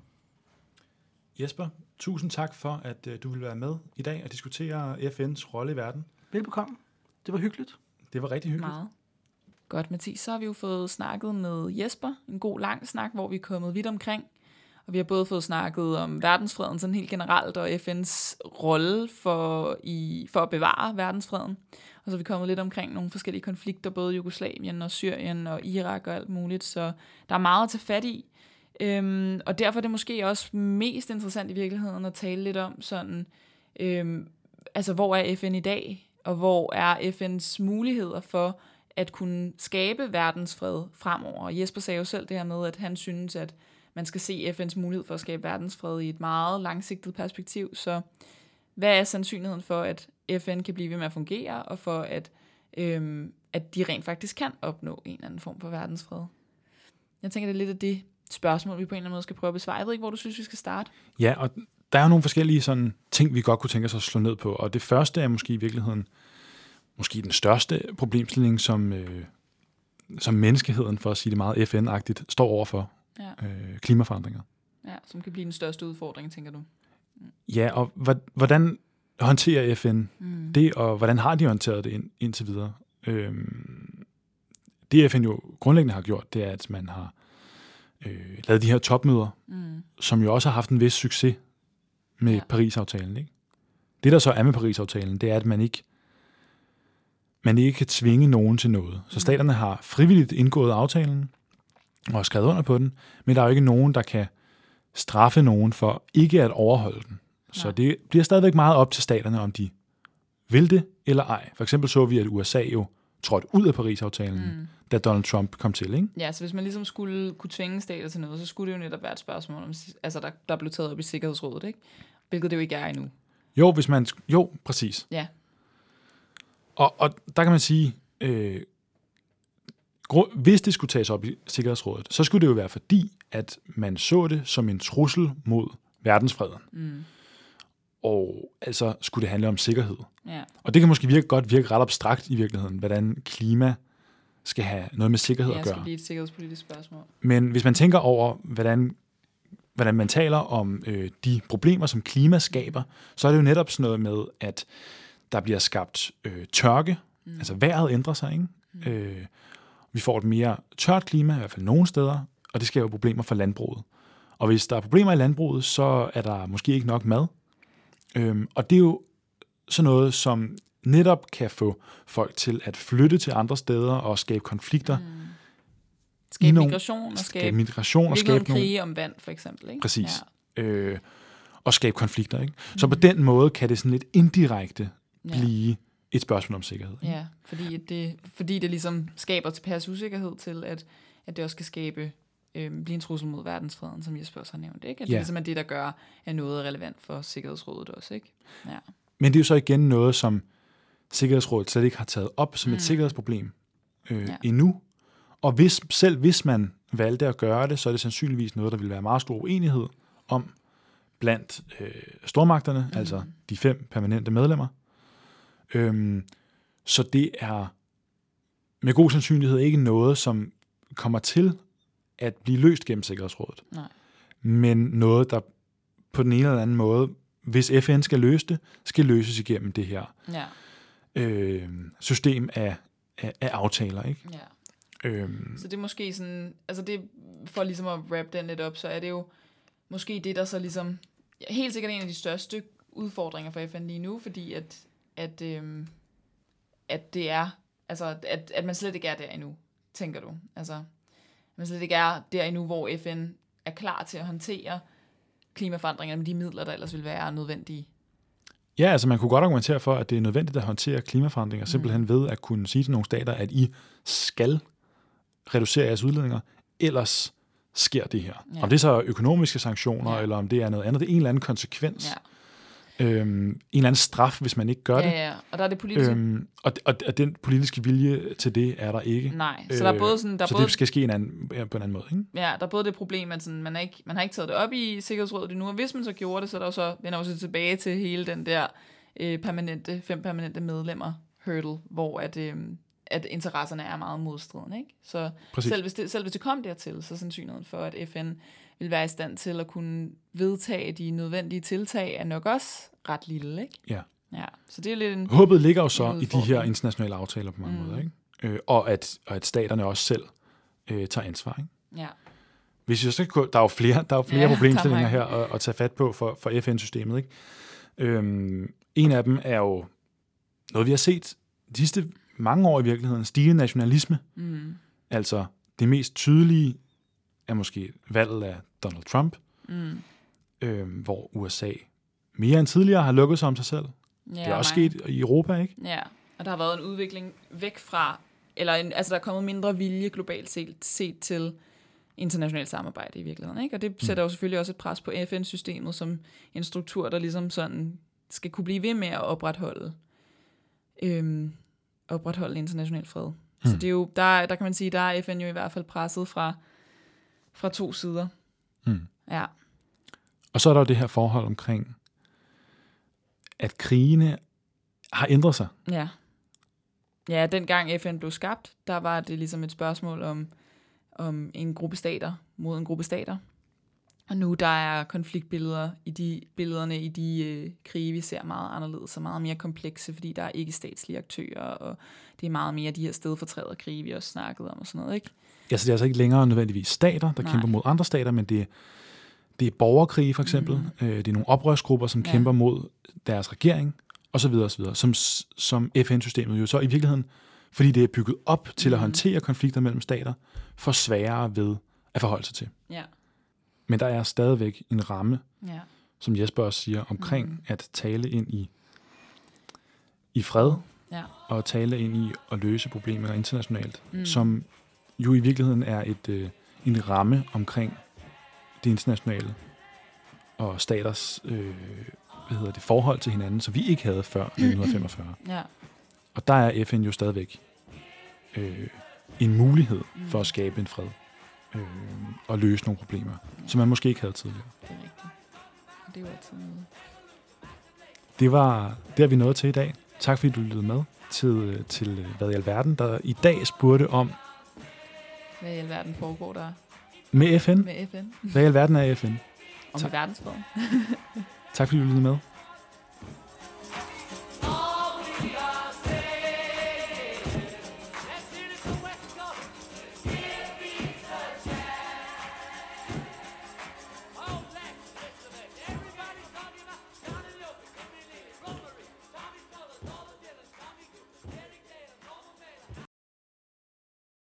S2: Jesper, tusind tak for, at uh, du vil være med i dag og diskutere F N's rolle i verden.
S4: Velbekomme. Det var hyggeligt.
S2: Det var rigtig hyggeligt.
S3: Meget. Godt, Mathis. Så har vi jo fået snakket med Jesper. En god lang snak, hvor vi er kommet vidt omkring. Og vi har både fået snakket om verdensfreden sådan helt generelt, og F N's rolle for, i, for at bevare verdensfreden. Og så er vi kommet lidt omkring nogle forskellige konflikter, både Jugoslavien og Syrien og Irak og alt muligt. Så der er meget at tage fat i. Øhm, og derfor er det måske også mest interessant i virkeligheden at tale lidt om sådan, Øhm, altså, hvor er F N i dag? Og hvor er F N's muligheder for at kunne skabe verdensfred fremover? Og Jesper sagde jo selv det her med, at han synes, at man skal se F N's mulighed for at skabe verdensfred i et meget langsigtet perspektiv. Så hvad er sandsynligheden for, at F N kan blive ved med at fungere, og for at, øhm, at de rent faktisk kan opnå en eller anden form for verdensfred? Jeg tænker, det er lidt af det spørgsmål, vi på en eller anden måde skal prøve at besvare. Jeg ved ikke, hvor du synes, vi skal starte?
S2: Ja, og der er jo nogle forskellige sådan, ting, vi godt kunne tænke os at slå ned på. Og det første er måske i virkeligheden måske den største problemstilling, som, øh, som menneskeheden, for at sige det meget F N-agtigt, står overfor.
S3: Ja.
S2: Øh, klimaforandringer.
S3: Ja, som kan blive den største udfordring, tænker du?
S2: Ja, og hvordan håndterer F N
S3: Mm.
S2: det, og hvordan har de håndteret det ind, indtil videre? Øhm, det F N jo grundlæggende har gjort, det er, at man har øh, lavet de her topmøder,
S3: Mm.
S2: som jo også har haft en vis succes med
S3: Ja.
S2: ja. Paris-aftalen. Ikke? Det, der så er med Paris-aftalen, det er, at man ikke, man ikke kan tvinge nogen til noget. Så
S3: Mm.
S2: staterne har frivilligt indgået aftalen og har skrevet under på den, men der er jo ikke nogen, der kan straffe nogen for ikke at overholde den. Så
S3: Nej.
S2: det bliver stadigvæk meget op til staterne, om de vil det eller ej. For eksempel så vi, at U S A jo trådte ud af Paris-aftalen,
S3: Mm.
S2: da Donald Trump kom til. Ikke?
S3: Ja, så hvis man ligesom skulle kunne tvinge stater til noget, så skulle det jo netop være et spørgsmål, om, altså der, der blev taget op i Sikkerhedsrådet, ikke? Hvilket det jo ikke er endnu.
S2: Jo, hvis man, jo, præcis.
S3: Ja.
S2: Og, og der kan man sige, øh, gru- hvis det skulle tages op i Sikkerhedsrådet, så skulle det jo være fordi, at man så det som en trussel mod verdensfreden.
S3: Mm.
S2: Og altså skulle det handle om sikkerhed.
S3: Ja.
S2: Og det kan måske virke, godt virke ret abstrakt i virkeligheden, hvordan klima skal have noget med sikkerhed
S3: Ja,
S2: at
S3: det skal
S2: gøre.
S3: blive et sikkerhedspolitisk spørgsmål.
S2: Men hvis man tænker over, hvordan, hvordan man taler om øh, de problemer, som klima skaber, så er det jo netop sådan noget med, at der bliver skabt øh, tørke, mm. altså vejret ændrer sig, ikke? Mm. Øh, vi får et mere tørt klima, i hvert fald nogle steder, og det skaber problemer for landbruget. Og hvis der er problemer i landbruget, så er der måske ikke nok mad. Øhm, og det er jo sådan noget, som netop kan få folk til at flytte til andre steder og skabe konflikter. Mm.
S3: Skabe
S2: nogle-
S3: migration og
S2: Skabe
S3: skabe,
S2: migration og
S3: skabe
S2: skabe nogle...
S3: krige om vand, for eksempel, ikke?
S2: Præcis.
S3: Ja.
S2: Øh, og skabe konflikter. Ikke? Så på den måde kan det sådan lidt indirekte
S3: Ja.
S2: blive et spørgsmål om sikkerhed. Ikke?
S3: Ja, fordi det, fordi det ligesom skaber tilpas usikkerhed til, at, at det også skal skabe, øh, blive en trussel mod verdensfreden, som Jesper også har nævnt. Ikke? At det
S2: Ja.
S3: ligesom er det, der gør, at noget er relevant for Sikkerhedsrådet også. Ikke? Ja.
S2: Men det er jo så igen noget, som Sikkerhedsrådet slet ikke har taget op som
S3: Mm.
S2: et sikkerhedsproblem øh,
S3: Ja.
S2: endnu. Og hvis, selv hvis man valgte at gøre det, så er det sandsynligvis noget, der vil være meget stor uenighed om blandt øh, stormagterne, mm. altså de fem permanente medlemmer. Øhm, så det er med god sandsynlighed ikke noget, som kommer til at blive løst gennem Sikkerhedsrådet.
S3: Nej.
S2: Men noget, der på den ene eller anden måde, hvis F N skal løse det, skal løses igennem det her
S3: Ja.
S2: øh, system af, af, af aftaler. Ikke?
S3: Ja.
S2: Øhm,
S3: Så det er måske sådan, altså det, for ligesom at wrap den lidt op, så er det jo måske det, der så ligesom, ja, helt sikkert en af de største udfordringer for F N lige nu, fordi at, at, øhm, at det er, altså at, at man slet ikke er der endnu, tænker du. Altså, at man slet ikke er der endnu, hvor F N er klar til at håndtere klimaforandringer med de midler, der ellers vil være nødvendige.
S2: ja, altså man kunne godt argumentere for, at det er nødvendigt at håndtere klimaforandringer, mm. simpelthen ved at kunne sige til nogle stater, at I skal reducere jeres udledninger, ellers sker det her.
S3: Ja.
S2: Om det er så økonomiske sanktioner,
S3: Ja.
S2: ja. eller om det er noget andet, det er en eller anden konsekvens.
S3: Ja.
S2: Øhm, en eller anden straf, hvis man ikke gør det.
S3: Ja, ja, og der er det politiske.
S2: Øhm, og, og, og den politiske vilje til det er der ikke.
S3: Nej, så der er både sådan, der er
S2: så
S3: både
S2: det skal ske en anden, ja, på en anden måde. Ikke?
S3: Ja, der er både det problem, at sådan, man, er ikke, man har ikke taget det op i Sikkerhedsrådet endnu, og hvis man så gjorde det, så er der jo så, vender også tilbage til hele den der øh, permanente, fem permanente medlemmer hurdle, hvor at, øh, at interesserne er meget modstridende. Ikke? Så selv hvis, det, selv hvis det kom dertil, så er sandsynligheden for, at F N vil være i stand til at kunne vedtage de nødvendige tiltag, er nok også ret lille. Ikke?
S2: Ja.
S3: Ja, så det er lidt en...
S2: Håbet ligger jo så
S3: en
S2: i de her
S3: udfordring.
S2: internationale aftaler på mange
S3: Mm.
S2: måder. Ikke? Øh, og, at, og at staterne også selv øh, tager ansvar. Ikke?
S3: Ja.
S2: Hvis jeg så, kunne- der er jo flere, der er jo flere
S3: Ja,
S2: ja, problemstillinger
S3: der
S2: her
S3: er
S2: at, at tage fat på for, for F N-systemet. Ikke? Øhm, en af dem er jo noget, vi har set de sidste mange år i virkeligheden, stigende nationalisme.
S3: Mm.
S2: Altså det mest tydelige er måske valget af Donald Trump,
S3: Mm.
S2: øh, hvor U S A mere end tidligere har lukket sig om sig selv.
S3: Ja,
S2: Det er også
S3: mange.
S2: sket i Europa, ikke?
S3: Ja, og der har været en udvikling væk fra, eller en, altså der er kommet mindre vilje globalt set, set til internationalt samarbejde i virkeligheden, ikke? Og det sætter jo selvfølgelig også et pres på F N-systemet som en struktur, der ligesom sådan skal kunne blive ved med at opretholde, øhm, opretholde international fred. Hmm. Så det er jo, der, der kan man sige, der er F N jo i hvert fald presset fra, fra to sider.
S2: Hmm.
S3: Ja.
S2: Og så er der jo det her forhold omkring, at krigene har ændret sig.
S3: Ja. Ja, dengang F N blev skabt, der var det ligesom et spørgsmål om, om en gruppe stater mod en gruppe stater. Og nu der er konfliktbilleder i de billederne i de øh, krige, vi ser meget anderledes og meget mere komplekse, fordi der er ikke statslige aktører, og det er meget mere de her stedfortræderkrige, vi også snakkede om og sådan noget, ikke?
S2: Ja, så det er altså ikke længere nødvendigvis stater, der
S3: Nej.
S2: kæmper mod andre stater, men det er, det er borgerkrige for eksempel. Mm. Øh, det er nogle oprørsgrupper, som
S3: Ja.
S2: kæmper mod deres regering, og så videre og så videre, som, som F N-systemet jo så i virkeligheden, fordi det er bygget op til at
S3: Mhm.
S2: håndtere konflikter mellem stater, får sværere ved at forholde sig til.
S3: Ja.
S2: Men der er stadigvæk en ramme,
S3: Ja.
S2: som Jesper også siger, omkring
S3: Mhm.
S2: at tale ind i, i fred,
S3: Ja.
S2: og tale ind i at løse problemer internationalt,
S3: Mm.
S2: som jo i virkeligheden er et, øh, en ramme omkring det internationale og staters øh, hvad hedder det, forhold til hinanden, som vi ikke havde før nitten femogfyrre.
S3: Ja.
S2: Og der er F N jo stadigvæk øh, en mulighed
S3: Mm.
S2: for at skabe en fred øh, og løse nogle problemer, som man måske ikke havde tidligere.
S3: Det er rigtigt. Det er jo altid noget.
S2: Det var det, har vi nået til i dag. Tak fordi du lyttede med til, til Hvad i alverden, der i dag spurgte om
S3: Hvad i alverden foregår der
S2: med F N.
S3: med F N?
S2: Hvad i alverden er F N?
S3: Og
S2: Tak.
S3: med verdensfreden?
S2: Tak fordi du lyttede med.